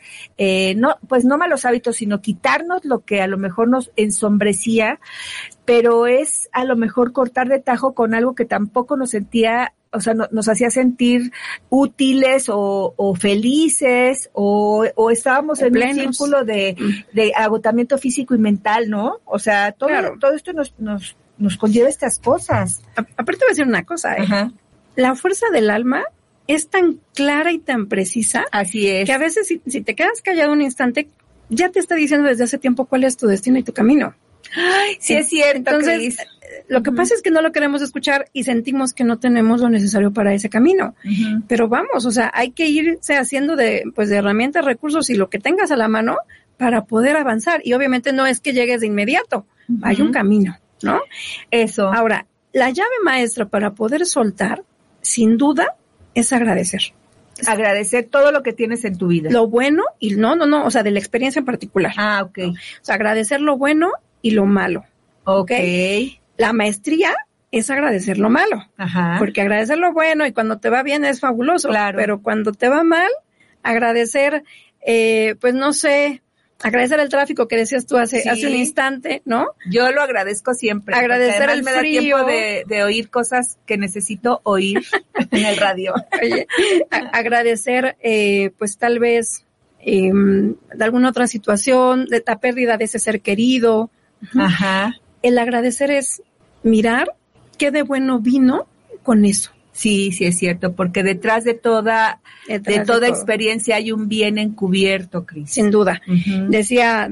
no malos hábitos, sino quitarnos lo que a lo mejor nos ensombrecía, pero es a lo mejor cortar de tajo con algo que tampoco nos sentía, o sea, nos hacía sentir útiles o felices o estábamos en un círculo de agotamiento físico y mental, ¿no? O sea, todo esto nos conlleva estas cosas. Aparte voy a decir una cosa, la fuerza del alma es tan clara y tan precisa. Así es. Que a veces si te quedas callado un instante, ya te está diciendo desde hace tiempo cuál es tu destino y tu camino. Ay, sí es cierto. Entonces, Cris, lo que pasa es que no lo queremos escuchar y sentimos que no tenemos lo necesario para ese camino. Pero vamos, o sea, hay que irse haciendo de herramientas, recursos y lo que tengas a la mano para poder avanzar. Y obviamente no es que llegues de inmediato, hay un camino, ¿no? Eso. Ahora, la llave maestra para poder soltar, sin duda, es agradecer. Agradecer todo lo que tienes en tu vida. Lo bueno y no, o sea, de la experiencia en particular. Ah, ok. ¿No? O sea, agradecer lo bueno y lo malo. Okay. La maestría es agradecer lo malo. Ajá. Porque agradecer lo bueno y cuando te va bien es fabuloso. Claro. Pero cuando te va mal, agradecer, pues no sé, agradecer el tráfico que decías tú hace un instante, ¿no? Yo lo agradezco siempre. Agradecer el me da frío. tiempo de oír cosas que necesito oír en el radio. Oye, agradecer, pues tal vez, de alguna otra situación, de la pérdida de ese ser querido. Ajá. El agradecer es mirar qué de bueno vino con eso. Sí, es cierto, porque detrás de toda experiencia hay un bien encubierto, Cris. Sin duda. Decía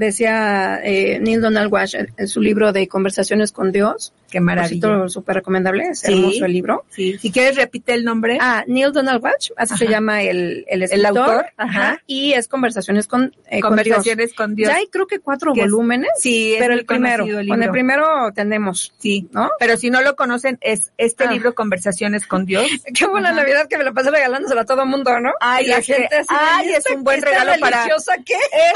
Neil Donald Walsh en su libro de Conversaciones con Dios. Qué maravilla. Súper recomendable, es hermoso el libro. Sí. Si quieres repite el nombre. Neil Donald Walsh, así se llama el escritor. El autor. Ajá. Y es Conversaciones con Dios. Ya hay creo que 4 volúmenes. Sí, pero el primero. Con el primero tenemos. Sí, ¿no? Pero si no lo conocen, es libro Conversaciones con Dios. Qué buena Navidad que me la pasé regalándosela a todo mundo, ¿no? Ay, la gente así es un buen regalo para. ¿Qué?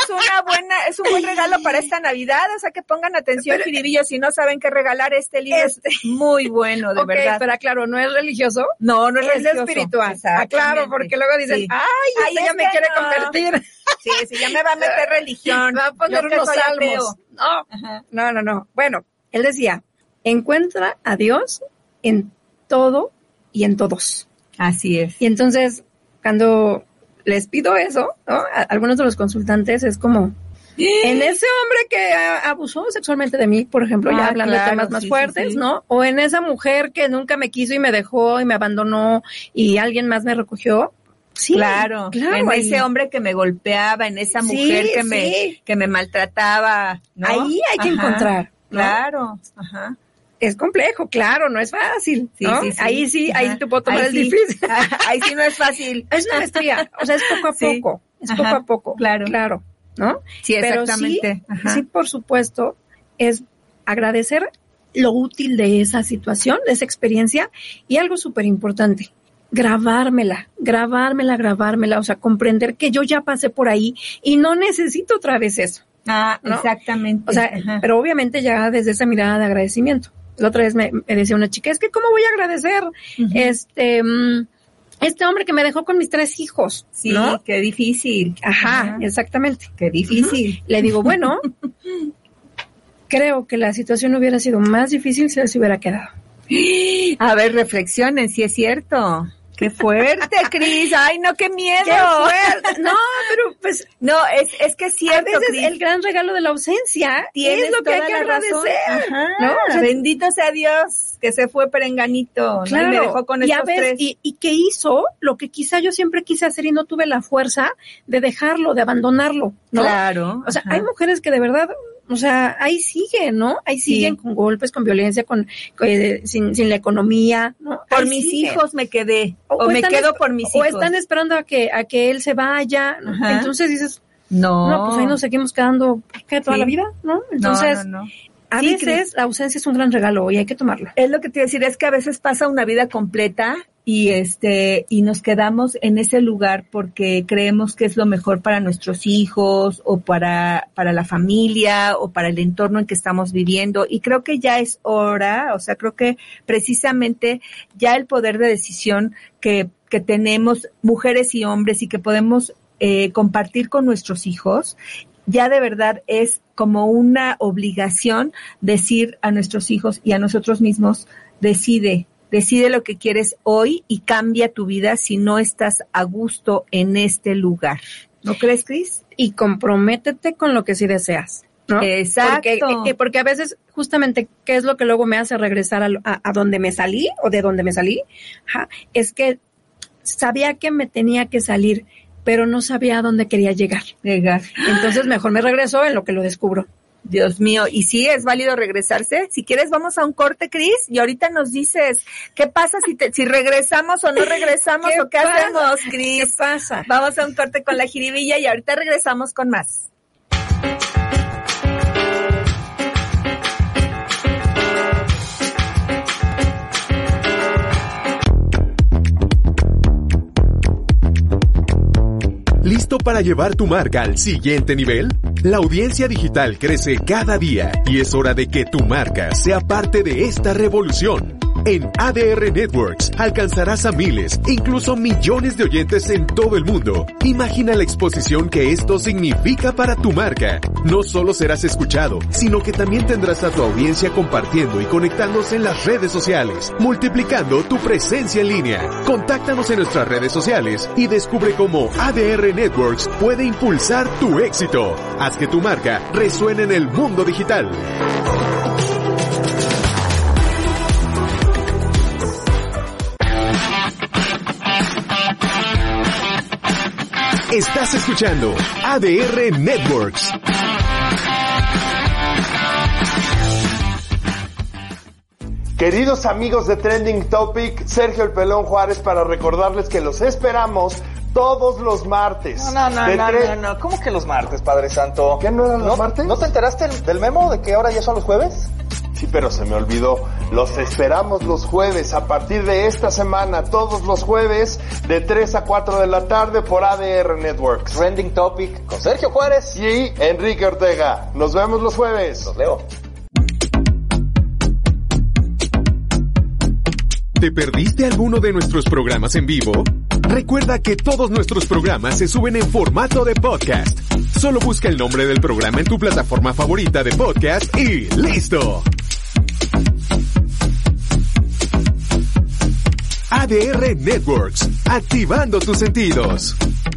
Es un buen regalo para esta Navidad, o sea que pongan atención, jiribillos, si no saben qué regalar, este libro es muy bueno, de verdad. Pero claro, ¿no es religioso? No es religioso. Es espiritual. Claro, porque luego dicen, ay, ya me quiere convertir. Sí, ya me va a meter religión. Me va a poner unos salmos. No. Bueno, él decía, encuentra a Dios en todo y en todos. Así es. Y entonces, cuando les pido eso, ¿no? A algunos de los consultantes es como, en ese hombre que abusó sexualmente de mí, por ejemplo, ya hablando de temas más fuertes, ¿no? O en esa mujer que nunca me quiso y me dejó y me abandonó y alguien más me recogió. Sí, claro. En ese hombre que me golpeaba, en esa mujer que me maltrataba, ¿no? Ahí hay que encontrar, ¿no? Claro, ajá. Es complejo, claro, no es fácil, ¿no? Ahí te puedo tomar difícil. Ahí sí no es fácil. Es una maestría, o sea, es poco a poco, poco a poco. Claro, ¿no? Sí, exactamente. Pero sí, por supuesto, es agradecer lo útil de esa situación, de esa experiencia, y algo súper importante, grabármela, o sea, comprender que yo ya pasé por ahí y no necesito otra vez eso. ¿no? Exactamente. O sea, pero obviamente ya desde esa mirada de agradecimiento. La otra vez me decía una chica, es que ¿cómo voy a agradecer este hombre que me dejó con mis 3 hijos? Sí, ¿no? Qué difícil. Ajá, exactamente. Qué difícil. Le digo, bueno, creo que la situación hubiera sido más difícil si él se hubiera quedado. A ver, reflexionen, si es cierto. ¡Qué fuerte, Cris! ¡Ay, no, qué miedo! ¡Qué fuerte! No, pero pues... No, es que es cierto, a veces Cris. El gran regalo de la ausencia es lo que hay que agradecer. Ajá, ¿no? O sea, bendito sea Dios, que se fue perenganito, claro, ¿no? Y me dejó con estos 3. Y que hizo lo que quizá yo siempre quise hacer y no tuve la fuerza de dejarlo, de abandonarlo, ¿no? Claro. O sea, hay mujeres que de verdad... O sea, ahí siguen, ¿no? Ahí siguen con golpes, con violencia, sin la economía, ¿no? Por mis hijos me quedé, o me quedo por mis hijos. O están esperando a que él se vaya, ¿no? Entonces dices, no, pues ahí nos seguimos quedando toda la vida, ¿no? Entonces, no. A veces la ausencia es un gran regalo y hay que tomarlo. Es lo que te iba a decir, es que a veces pasa una vida completa y nos quedamos en ese lugar porque creemos que es lo mejor para nuestros hijos o para la familia o para el entorno en que estamos viviendo, y creo que ya es hora, o sea, creo que precisamente ya el poder de decisión que tenemos mujeres y hombres y que podemos compartir con nuestros hijos, ya de verdad es como una obligación decir a nuestros hijos y a nosotros mismos, decide lo que quieres hoy y cambia tu vida si no estás a gusto en este lugar. ¿No crees, Cris? Y comprométete con lo que sí deseas, ¿no? Exacto. Porque a veces, justamente, ¿qué es lo que luego me hace regresar a donde me salí o de donde me salí? Ajá, es que sabía que me tenía que salir, pero no sabía a dónde quería llegar. Entonces, mejor me regreso en lo que lo descubro. Dios mío, y sí, es válido regresarse. Si quieres, vamos a un corte, Cris, y ahorita nos dices qué pasa si regresamos o no regresamos o qué hacemos, Cris. ¿Qué pasa? Vamos a un corte con la jiribilla y ahorita regresamos con más. ¿Listo para llevar tu marca al siguiente nivel? La audiencia digital crece cada día y es hora de que tu marca sea parte de esta revolución. En ADR Networks alcanzarás a miles, incluso millones de oyentes en todo el mundo. Imagina la exposición que esto significa para tu marca. No solo serás escuchado, sino que también tendrás a tu audiencia compartiendo y conectándose en las redes sociales, multiplicando tu presencia en línea. Contáctanos en nuestras redes sociales y descubre cómo ADR Networks puede impulsar tu éxito. Haz que tu marca resuene en el mundo digital. Estás escuchando ADR Networks. Queridos amigos de Trending Topic, Sergio el Pelón Juárez para recordarles que los esperamos todos los martes. No. ¿Cómo que los martes, Padre Santo? ¿Qué no eran los martes? ¿No te enteraste del memo de que ahora ya son los jueves? Sí, pero se me olvidó. Los esperamos los jueves, a partir de esta semana, todos los jueves, de 3 a 4 de la tarde por ADR Networks. Trending Topic con Sergio Juárez y Enrique Ortega. Nos vemos los jueves. Los leo. ¿Te perdiste alguno de nuestros programas en vivo? Recuerda que todos nuestros programas se suben en formato de podcast. Solo busca el nombre del programa en tu plataforma favorita de podcast y ¡listo! ADR Networks, activando tus sentidos.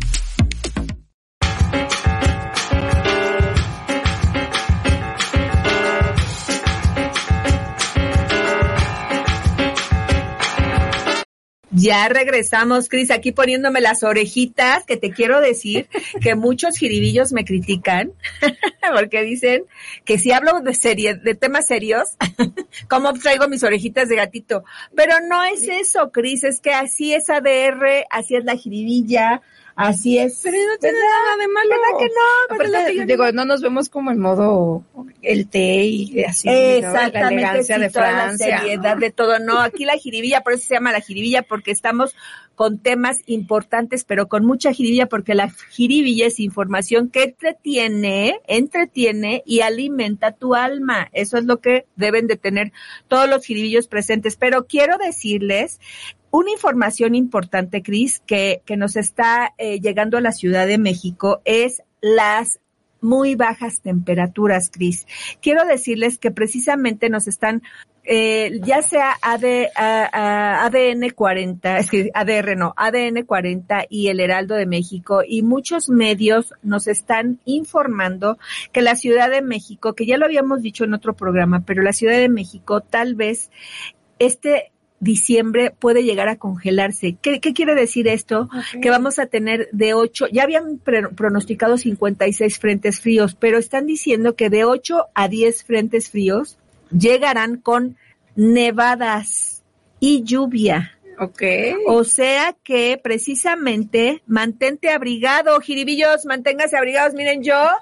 Ya regresamos, Cris, aquí poniéndome las orejitas, que te quiero decir que muchos jiribillos me critican porque dicen que si hablo de temas serios, ¿cómo traigo mis orejitas de gatito? Pero no es eso, Cris, es que así es ADR, así es la jiribilla, así es. Pero no tiene nada de malo. ¿Verdad que no? Aparte, digo, no nos vemos como en modo el té y así, exactamente, ¿no? La elegancia sí, de Francia. La seriedad de todo. No, aquí la jiribilla, por eso se llama la jiribilla, porque estamos con temas importantes, pero con mucha jiribilla, porque la jiribilla es información que entretiene y alimenta tu alma. Eso es lo que deben de tener todos los jiribillos presentes. Pero quiero decirles una información importante, Cris, que nos está llegando a la Ciudad de México, es las muy bajas temperaturas, Cris. Quiero decirles que precisamente nos están, ya sea ADN 40, es que ADN 40 y el Heraldo de México y muchos medios nos están informando que la Ciudad de México, que ya lo habíamos dicho en otro programa, pero la Ciudad de México tal vez diciembre puede llegar a congelarse. ¿Qué quiere decir esto? Okay. Que vamos a tener de 8, ya habían pronosticado 56 frentes fríos, pero están diciendo que de 8 a 10 frentes fríos llegarán con nevadas y lluvia. Okay. O sea que precisamente mantente abrigado, jiribillos, manténgase abrigados. Miren, yo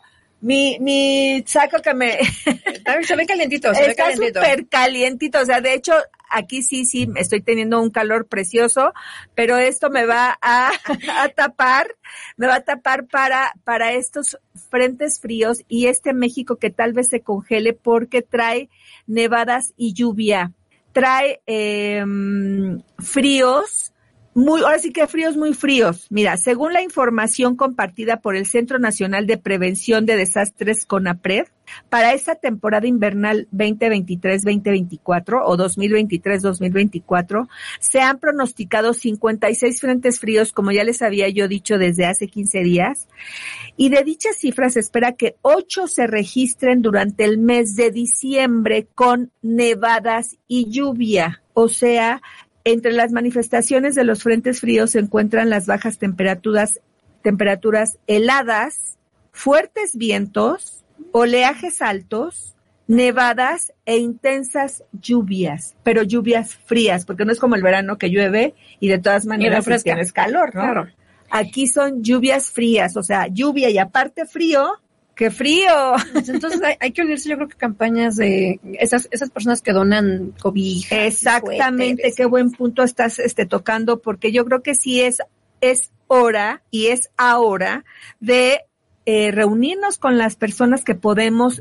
Mi saco que se ve calientito, está súper calientito, o sea, de hecho, aquí sí, estoy teniendo un calor precioso, pero esto me va a tapar para estos frentes fríos y México que tal vez se congele porque trae nevadas y lluvia, trae fríos, ahora sí que fríos muy fríos. Mira, según la información compartida por el Centro Nacional de Prevención de Desastres CONAPRED, para esta temporada invernal 2023-2024 o 2023-2024, se han pronosticado 56 frentes fríos, como ya les había yo dicho desde hace 15 días, y de dichas cifras se espera que 8 se registren durante el mes de diciembre con nevadas y lluvia. O sea, entre las manifestaciones de los frentes fríos se encuentran las bajas temperaturas heladas, fuertes vientos, oleajes altos, nevadas e intensas lluvias, pero lluvias frías, porque no es como el verano que llueve y de todas maneras tienes calor, ¿no? Claro. Aquí son lluvias frías, o sea, lluvia y aparte frío. ¡Qué frío! Entonces hay que unirse, yo creo que campañas de esas personas que donan cobijas. Exactamente, suéteres. Qué buen punto estás tocando, porque yo creo que sí es hora y es ahora de reunirnos con las personas que podemos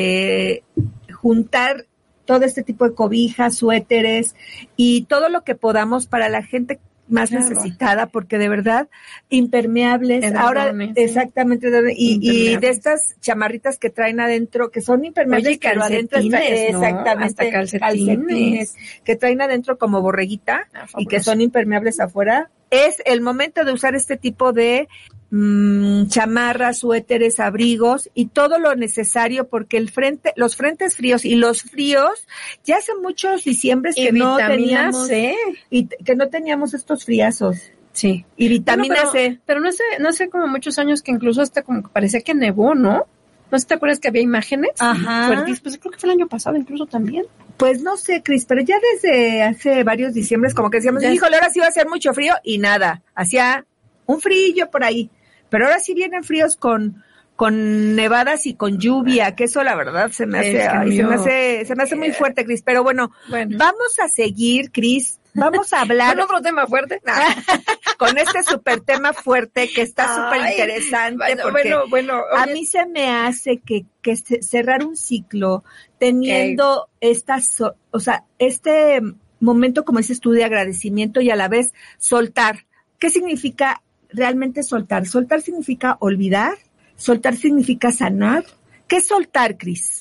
juntar todo este tipo de cobijas, suéteres y todo lo que podamos para la gente más necesitada, porque de verdad, impermeables, ahora, exactamente, y de estas chamarritas que traen adentro, que son impermeables, pero adentro exactamente, calcetines, que traen adentro como borreguita, y que son impermeables afuera. Es el momento de usar este tipo de chamarras, suéteres, abrigos y todo lo necesario, porque los frentes fríos y los fríos, ya hace muchos diciembres que no teníamos C. Y que no teníamos estos friazos. Sí. Y vitamina C. Pero no hace como muchos años que incluso hasta como que parecía que nevó, ¿no? ¿No te acuerdas que había imágenes? Ajá. Fuertísimas, pues creo que fue el año pasado incluso también. Pues no sé, Cris, pero ya desde hace varios diciembres como que decíamos, híjole, ahora sí va a hacer mucho frío y nada, hacía un frío por ahí. Pero ahora sí vienen fríos con nevadas y con lluvia, que eso la verdad se me hace muy fuerte, Cris. Pero bueno, vamos a seguir, Cris. Vamos a hablar. ¿Con otro tema fuerte? Con este súper tema fuerte que está súper interesante. Bueno, a mí se me hace que cerrar un ciclo teniendo este momento, como dices tú, de agradecimiento y a la vez soltar. ¿Qué significa realmente soltar? Soltar significa olvidar. Soltar significa sanar. ¿Qué es soltar, Cris?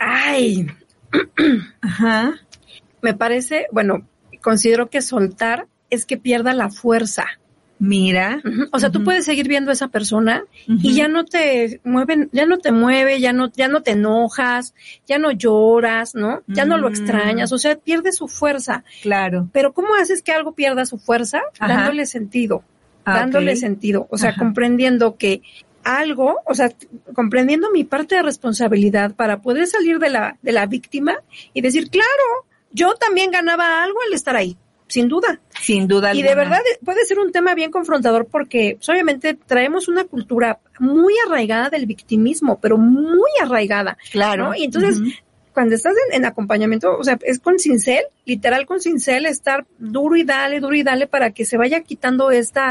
Ajá. Me parece, considero que soltar es que pierda la fuerza. Mira. Uh-huh. O sea, tú puedes seguir viendo a esa persona y ya no te mueve, ya no te enojas, ya no lloras, ¿no? Ya no lo extrañas, o sea, pierde su fuerza. Claro. Pero ¿cómo haces que algo pierda su fuerza? Ajá. Dándole sentido. O sea, comprendiendo que algo, o sea, comprendiendo mi parte de responsabilidad para poder salir de la víctima y decir, claro, yo también ganaba algo al estar ahí, sin duda. Sin duda alguna. Y de verdad puede ser un tema bien confrontador porque pues, obviamente traemos una cultura muy arraigada del victimismo, pero muy arraigada. Claro. ¿no? Y entonces, cuando estás en acompañamiento, o sea, es con cincel, literal con cincel, estar duro y dale para que se vaya quitando esta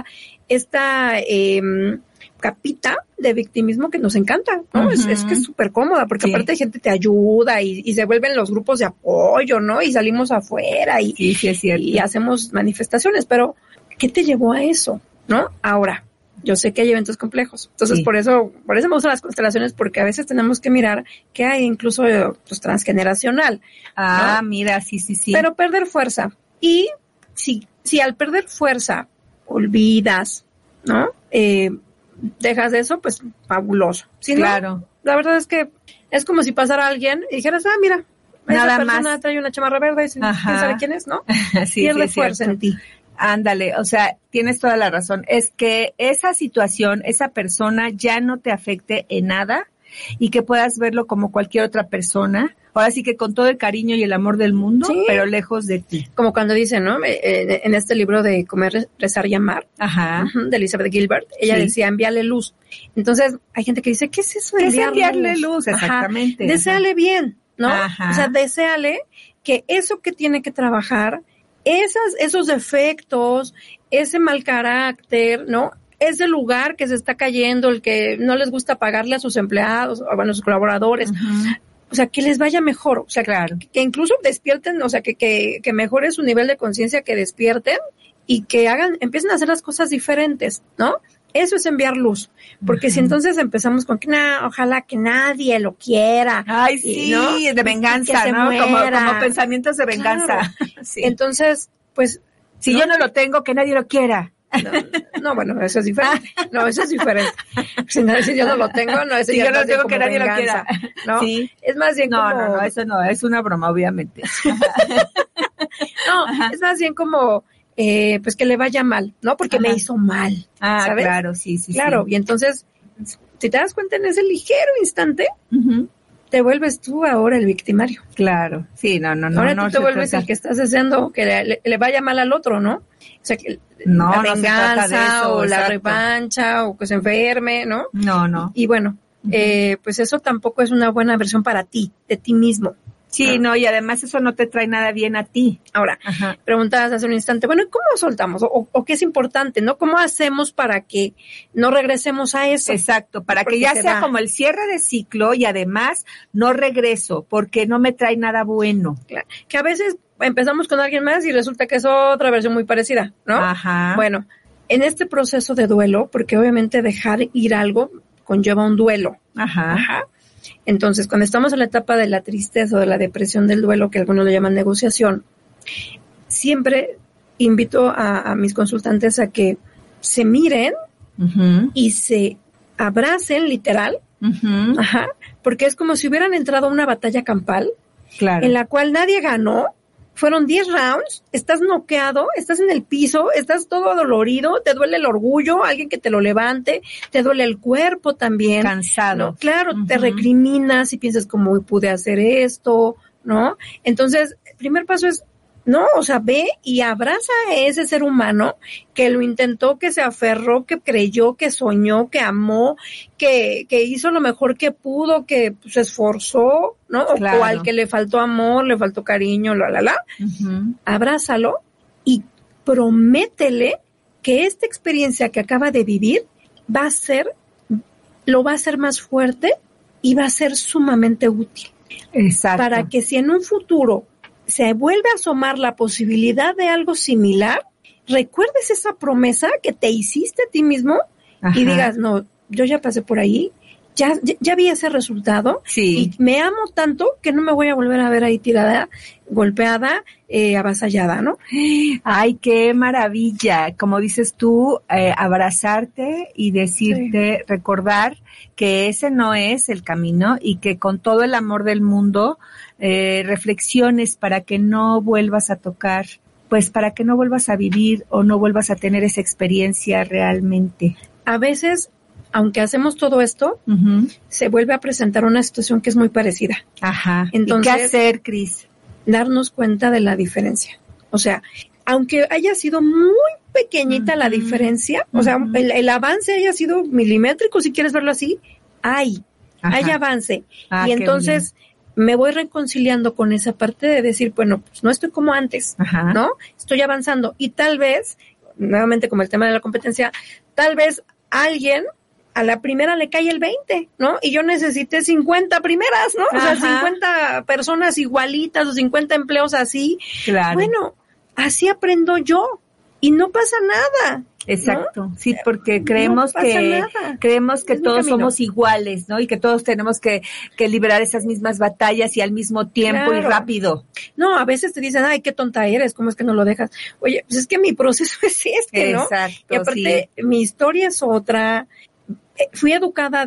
capita de victimismo que nos encanta, ¿no? Es que es súper cómoda, porque aparte gente te ayuda y se vuelven los grupos de apoyo, ¿no? Y salimos afuera y es cierto. Y hacemos manifestaciones, pero ¿qué te llevó a eso? ¿No? Ahora, yo sé que hay eventos complejos, entonces por eso me gustan las constelaciones, porque a veces tenemos que mirar que hay incluso pues, transgeneracional. ¿no? Mira, sí. Pero perder fuerza. Y si al perder fuerza olvidas, ¿no? Dejas de eso, pues fabuloso. Si claro. No, la verdad es que es como si pasara alguien y dijeras, mira, nada esa persona más trae una chamarra verde y quién sabe quién es, ¿no? Sí, pierde fuerza en ti. Ándale, o sea, tienes toda la razón. Es que esa situación, esa persona ya no te afecte en nada y que puedas verlo como cualquier otra persona. ahora sí que con todo el cariño y el amor del mundo, sí, pero lejos de ti. Como cuando dice, ¿no? En este libro de Comer, Rezar y Amar, de Elizabeth Gilbert, ella decía, envíale luz. Entonces, hay gente que dice, ¿qué es eso? ¿Qué es enviarle luz? Exactamente. Deséale bien, ¿no? O sea, deséale que eso que tiene que trabajar, esos defectos, ese mal carácter, ¿no? Ese lugar que se está cayendo, el que no les gusta pagarle a sus empleados, o a sus colaboradores, o sea, que les vaya mejor, o sea, claro, que incluso despierten, o sea, que mejore su nivel de conciencia, que despierten y que empiecen a hacer las cosas diferentes, ¿no? Eso es enviar luz, porque si entonces empezamos con que ojalá que nadie lo quiera. Ay, sí, ¿no? De venganza, ¿no? Como pensamientos de venganza. Claro. Sí. Entonces, pues, si yo no lo tengo, que nadie lo quiera. No, bueno, eso es diferente. No, eso es diferente. Si yo no lo tengo, no, eso si yo no lo tengo, que nadie venganza, lo quiera. ¿No? Sí. Es más bien como... No, eso no, es una broma, obviamente. No, es más bien como... pues que le vaya mal, ¿no? Porque me hizo mal, ¿sabes? Claro, sí. Claro, y entonces, si te das cuenta en ese ligero instante, te vuelves tú ahora el victimario. Claro, sí, no. Ahora tú te vuelves el que estás deseando que le vaya mal al otro, ¿no? O sea, que la venganza eso, o la revancha o que se enferme, ¿no? No. Y bueno, pues eso tampoco es una buena versión para ti, de ti mismo. Sí, no, y además eso no te trae nada bien a ti. Ahora, preguntabas hace un instante, bueno, ¿cómo soltamos? O qué es importante, ¿no? ¿Cómo hacemos para que no regresemos a eso? Exacto, para que ya sea como el cierre de ciclo y además no regreso, porque no me trae nada bueno. Claro, que a veces empezamos con alguien más y resulta que es otra versión muy parecida, ¿no? Bueno, en este proceso de duelo, porque obviamente dejar ir algo conlleva un duelo. Entonces, cuando estamos en la etapa de la tristeza o de la depresión del duelo, que algunos lo llaman negociación, siempre invito a mis consultantes a que se miren y se abracen, literal, porque es como si hubieran entrado a una batalla campal, en la cual nadie ganó. Fueron 10 rounds, estás noqueado, estás en el piso, estás todo dolorido, te duele el orgullo, alguien que te lo levante, te duele el cuerpo también. Cansado. ¿No? Claro, te recriminas y piensas cómo pude hacer esto, ¿no? Entonces, el primer paso es, no, o sea, ve y abraza a ese ser humano que lo intentó, que se aferró, que creyó, que soñó, que amó, que hizo lo mejor que pudo, que se esforzó, ¿no? O al que le faltó amor, le faltó cariño, abrázalo y prométele que esta experiencia que acaba de vivir lo va a hacer más fuerte y va a ser sumamente útil. Exacto. Para que si en un futuro se vuelve a asomar la posibilidad de algo similar, recuerdes esa promesa que te hiciste a ti mismo y digas, no, yo ya pasé por ahí, ya vi ese resultado y me amo tanto que no me voy a volver a ver ahí tirada, golpeada, avasallada, ¿no? Ay, qué maravilla. Como dices tú, abrazarte y decirte, recordar que ese no es el camino y que con todo el amor del mundo reflexiones para que no vuelvas a tocar, pues para que no vuelvas a vivir o no vuelvas a tener esa experiencia realmente. A veces, aunque hacemos todo esto, se vuelve a presentar una situación que es muy parecida. Entonces, ¿y qué hacer, Cris? Darnos cuenta de la diferencia. O sea, aunque haya sido muy pequeñita la diferencia, o sea, el avance haya sido milimétrico, si quieres verlo así, hay avance. Y entonces me voy reconciliando con esa parte de decir, bueno, pues no estoy como antes, ¿no? Estoy avanzando. Y tal vez, nuevamente como el tema de la competencia, tal vez alguien a la primera le cae el 20, ¿no? Y yo necesité 50 primeras, ¿no? O sea, 50 personas igualitas o 50 empleos así. Claro. Bueno, así aprendo yo y no pasa nada. Exacto, ¿no? Sí, porque creemos que todos somos iguales, ¿no? Y que todos tenemos que liberar esas mismas batallas y al mismo tiempo y rápido. No, a veces te dicen, ay, qué tonta eres, ¿cómo es que no lo dejas? Oye, pues es que mi proceso es este, ¿no? Exacto, y aparte, mi historia es otra, fui educado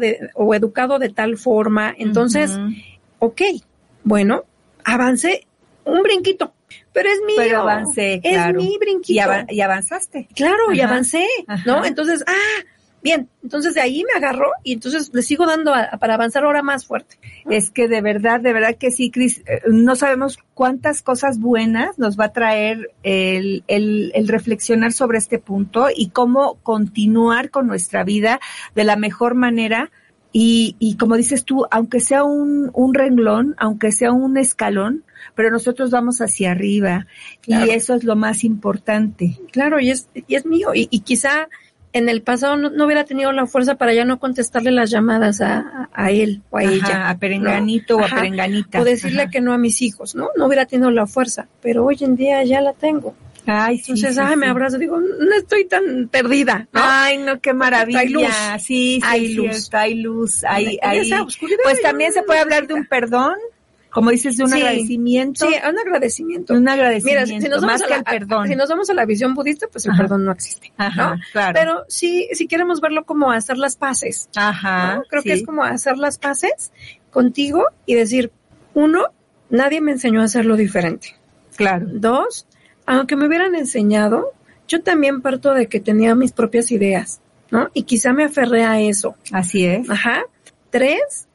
de tal forma, entonces, okay, bueno, avancé un brinquito. Pero es mío. Pero avancé, claro. Es mi brinquito. Y avanzaste. Claro, y avancé, ¿no? Entonces, bien. Entonces de ahí me agarro y entonces le sigo dando para avanzar ahora más fuerte. Es que de verdad que sí, Cris, no sabemos cuántas cosas buenas nos va a traer el reflexionar sobre este punto y cómo continuar con nuestra vida de la mejor manera. Y como dices tú, aunque sea un renglón, aunque sea un escalón, pero nosotros vamos hacia arriba, claro. Y eso es lo más importante. Claro, y es mío, y quizá en el pasado no hubiera tenido la fuerza para ya no contestarle las llamadas a él o a ella. A Perenganito, ¿no? O a Perenganita. O decirle que no a mis hijos, ¿no? No hubiera tenido la fuerza, pero hoy en día ya la tengo. Ay, sí, entonces, sí, me abrazo, digo, no estoy tan perdida, ¿no? Ay, no, qué maravilla. Hay luz. Sí, hay luz. Hay luz, hay oscuridad. Pues también se puede hablar de un perdón, como dices, de un agradecimiento. Sí, un agradecimiento. Un agradecimiento, mira, si nos más que el perdón. Si nos vamos a la visión budista, pues el perdón no existe, Ajá, ¿no? Claro. Pero sí, si queremos verlo como hacer las paces, Ajá, ¿no? Creo que es como hacer las paces contigo y decir, 1, nadie me enseñó a hacerlo diferente. Claro. 2, aunque me hubieran enseñado, yo también parto de que tenía mis propias ideas, ¿no? Y quizá me aferré a eso. Así es. Ajá. 3,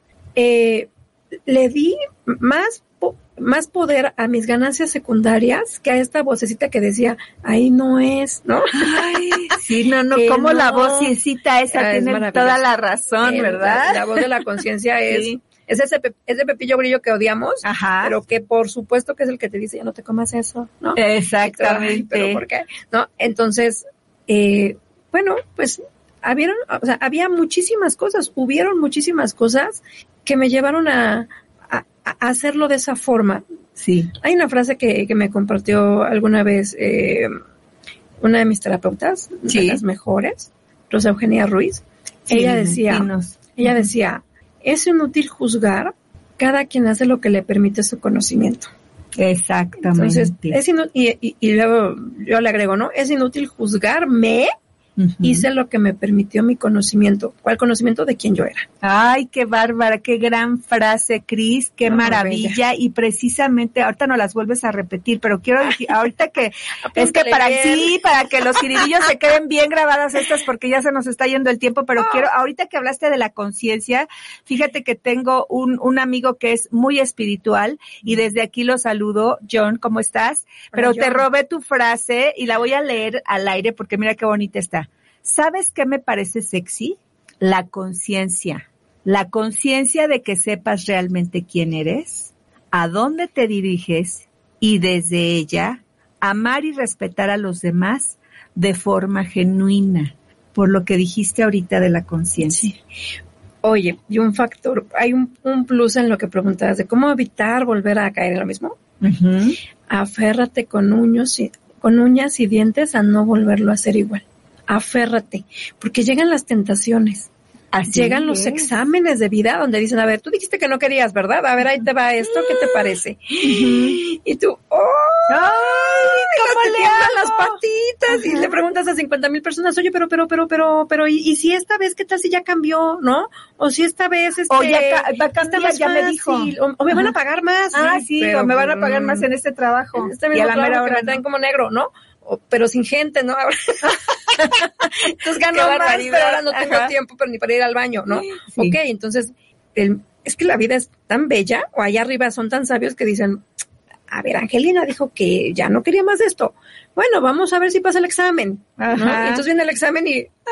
le di más poder a mis ganancias secundarias que a esta vocecita que decía, ahí no es, ¿no? Ay, sí, no, como la vocecita esa tiene toda la razón, ¿verdad? La voz de la conciencia es ese Pepillo Grillo que odiamos, Ajá. Pero que por supuesto que es el que te dice, ya no te comas eso, ¿no? Exactamente. ¿Pero por qué? ¿No? Entonces, bueno, pues había muchísimas cosas, hubieron muchísimas cosas que me llevaron a hacerlo de esa forma. Sí. Hay una frase que me compartió alguna vez una de mis terapeutas, de las mejores, Rosa Eugenia Ruiz. Sí, ella decía, es inútil juzgar, cada quien hace lo que le permite su conocimiento. Exactamente. Entonces, y luego yo le agrego, ¿no? Es inútil juzgarme, hice lo que me permitió mi conocimiento. ¿Cuál conocimiento? De quién yo era. Ay, qué bárbara, qué gran frase, Cris, qué maravilla. Y precisamente, ahorita no las vuelves a repetir, pero quiero decir, ahorita que, es que para que los jiribillos se queden bien grabadas estas, porque ya se nos está yendo el tiempo, pero quiero, ahorita que hablaste de la conciencia, fíjate que tengo un amigo que es muy espiritual, y desde aquí lo saludo. John, ¿cómo estás? Pero te robé tu frase, y la voy a leer al aire, porque mira qué bonita está. ¿Sabes qué me parece sexy? La conciencia. La conciencia de que sepas realmente quién eres, a dónde te diriges y desde ella amar y respetar a los demás de forma genuina, por lo que dijiste ahorita de la conciencia. Sí. Oye, y un factor, hay un plus en lo que preguntabas de cómo evitar volver a caer en lo mismo. Uh-huh. Aférrate con uñas y dientes a no volverlo a hacer igual. Aférrate, porque llegan las tentaciones. Llegan los exámenes de vida donde dicen, a ver, tú dijiste que no querías, ¿verdad? A ver, ahí te va esto, ¿qué te parece? Y tú, ¿cómo le hago? Las patitas y le preguntas a 50,000 personas, oye, pero, ¿y si esta vez qué tal si ya cambió, no? O si esta vez o ya va a cambiar, ya me dijo. O me van a pagar más. Pero, o me van a pagar más en este trabajo. Y a la mera hora me traen como negro, ¿no? Pero sin gente, ¿no? Entonces gano más, pero ahora no tengo tiempo ni para ir al baño, ¿no? Sí. Ok, entonces, es que la vida es tan bella, o allá arriba son tan sabios que dicen, a ver, Angelina dijo que ya no quería más de esto. Bueno, vamos a ver si pasa el examen, ¿no? Y entonces viene el examen y...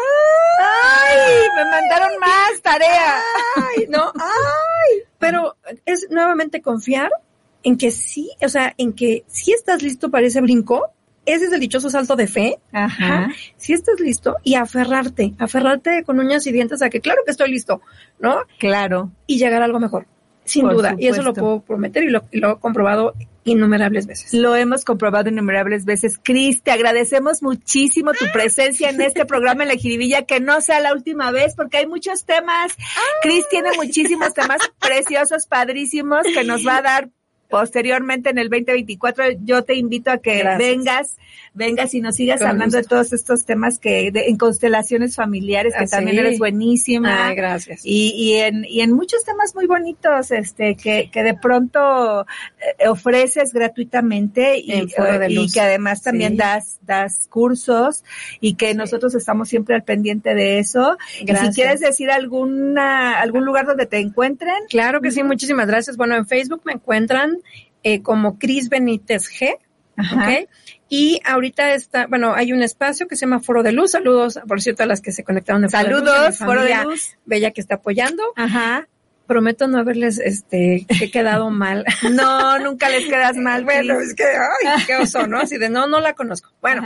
¡Ay! Me mandaron más tarea. ¡Ay! No, ¡ay! Pero es nuevamente confiar en que sí, o sea, en que sí estás listo para ese brinco. Ese es el dichoso salto de fe. Ajá. Si estás listo, y aferrarte con uñas y dientes a que claro que estoy listo, ¿no? Claro. Y llegar a algo mejor, sin duda. Supuesto. Y eso lo puedo prometer y lo he comprobado innumerables veces. Lo hemos comprobado innumerables veces. Cris, te agradecemos muchísimo tu presencia en este programa en La Jiribilla, que no sea la última vez, porque hay muchos temas. Cris tiene muchísimos temas preciosos, padrísimos, que nos va a dar posteriormente en el 2024 yo te invito a que vengas y nos sigas hablando de todos estos temas en constelaciones familiares, que también eres buenísima. Ay, gracias. Y en muchos temas muy bonitos, que de pronto ofreces gratuitamente y que además también das cursos y que nosotros estamos siempre al pendiente de eso. Gracias. Y si quieres decir algún lugar donde te encuentren. Claro que sí, muchísimas gracias. Bueno, en Facebook me encuentran como Cris Benítez G. Okay. Y ahorita hay un espacio que se llama Foro de Luz. Saludos, por cierto, a las que se conectaron de Saludos, Foro de Luz. Bella que está apoyando. Ajá. Prometo no haberles he quedado mal. No, nunca les quedas mal. Bueno, es que qué oso, ¿no? Así de no la conozco. Bueno,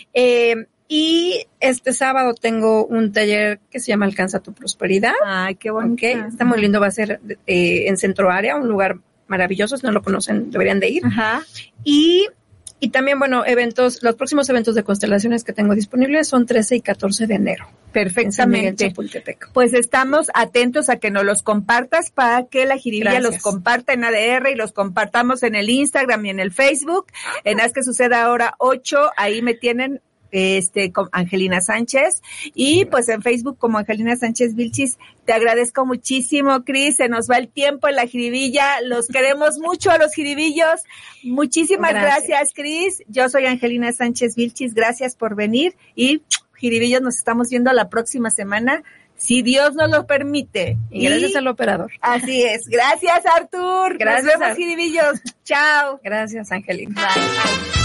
y este sábado tengo un taller que se llama Alcanza tu Prosperidad. Ay, qué bonito. Okay. Está muy lindo, va a ser en Centro Área, un lugar maravilloso, si no lo conocen, deberían de ir. Ajá. Y también, los próximos eventos de constelaciones que tengo disponibles son 13 y 14 de enero. Perfectamente. Pues estamos atentos a que nos los compartas para que la Jiribilla los comparta en ADR y los compartamos en el Instagram y en el Facebook. En Haz que Suceda Ahora 8, ahí me tienen con Angelina Sánchez, y pues en Facebook como Angelina Sánchez Vilchis. Te agradezco muchísimo, Cris, se nos va el tiempo en la Jiribilla, los queremos mucho a los jiribillos. Muchísimas gracias, Cris. Yo soy Angelina Sánchez Vilchis, gracias por venir, y jiribillos, nos estamos viendo la próxima semana, si Dios nos lo permite. Y gracias al operador. Así es. Gracias, Artur. Gracias. Nos vemos, jiribillos. Chao. Gracias, Angelina. Bye.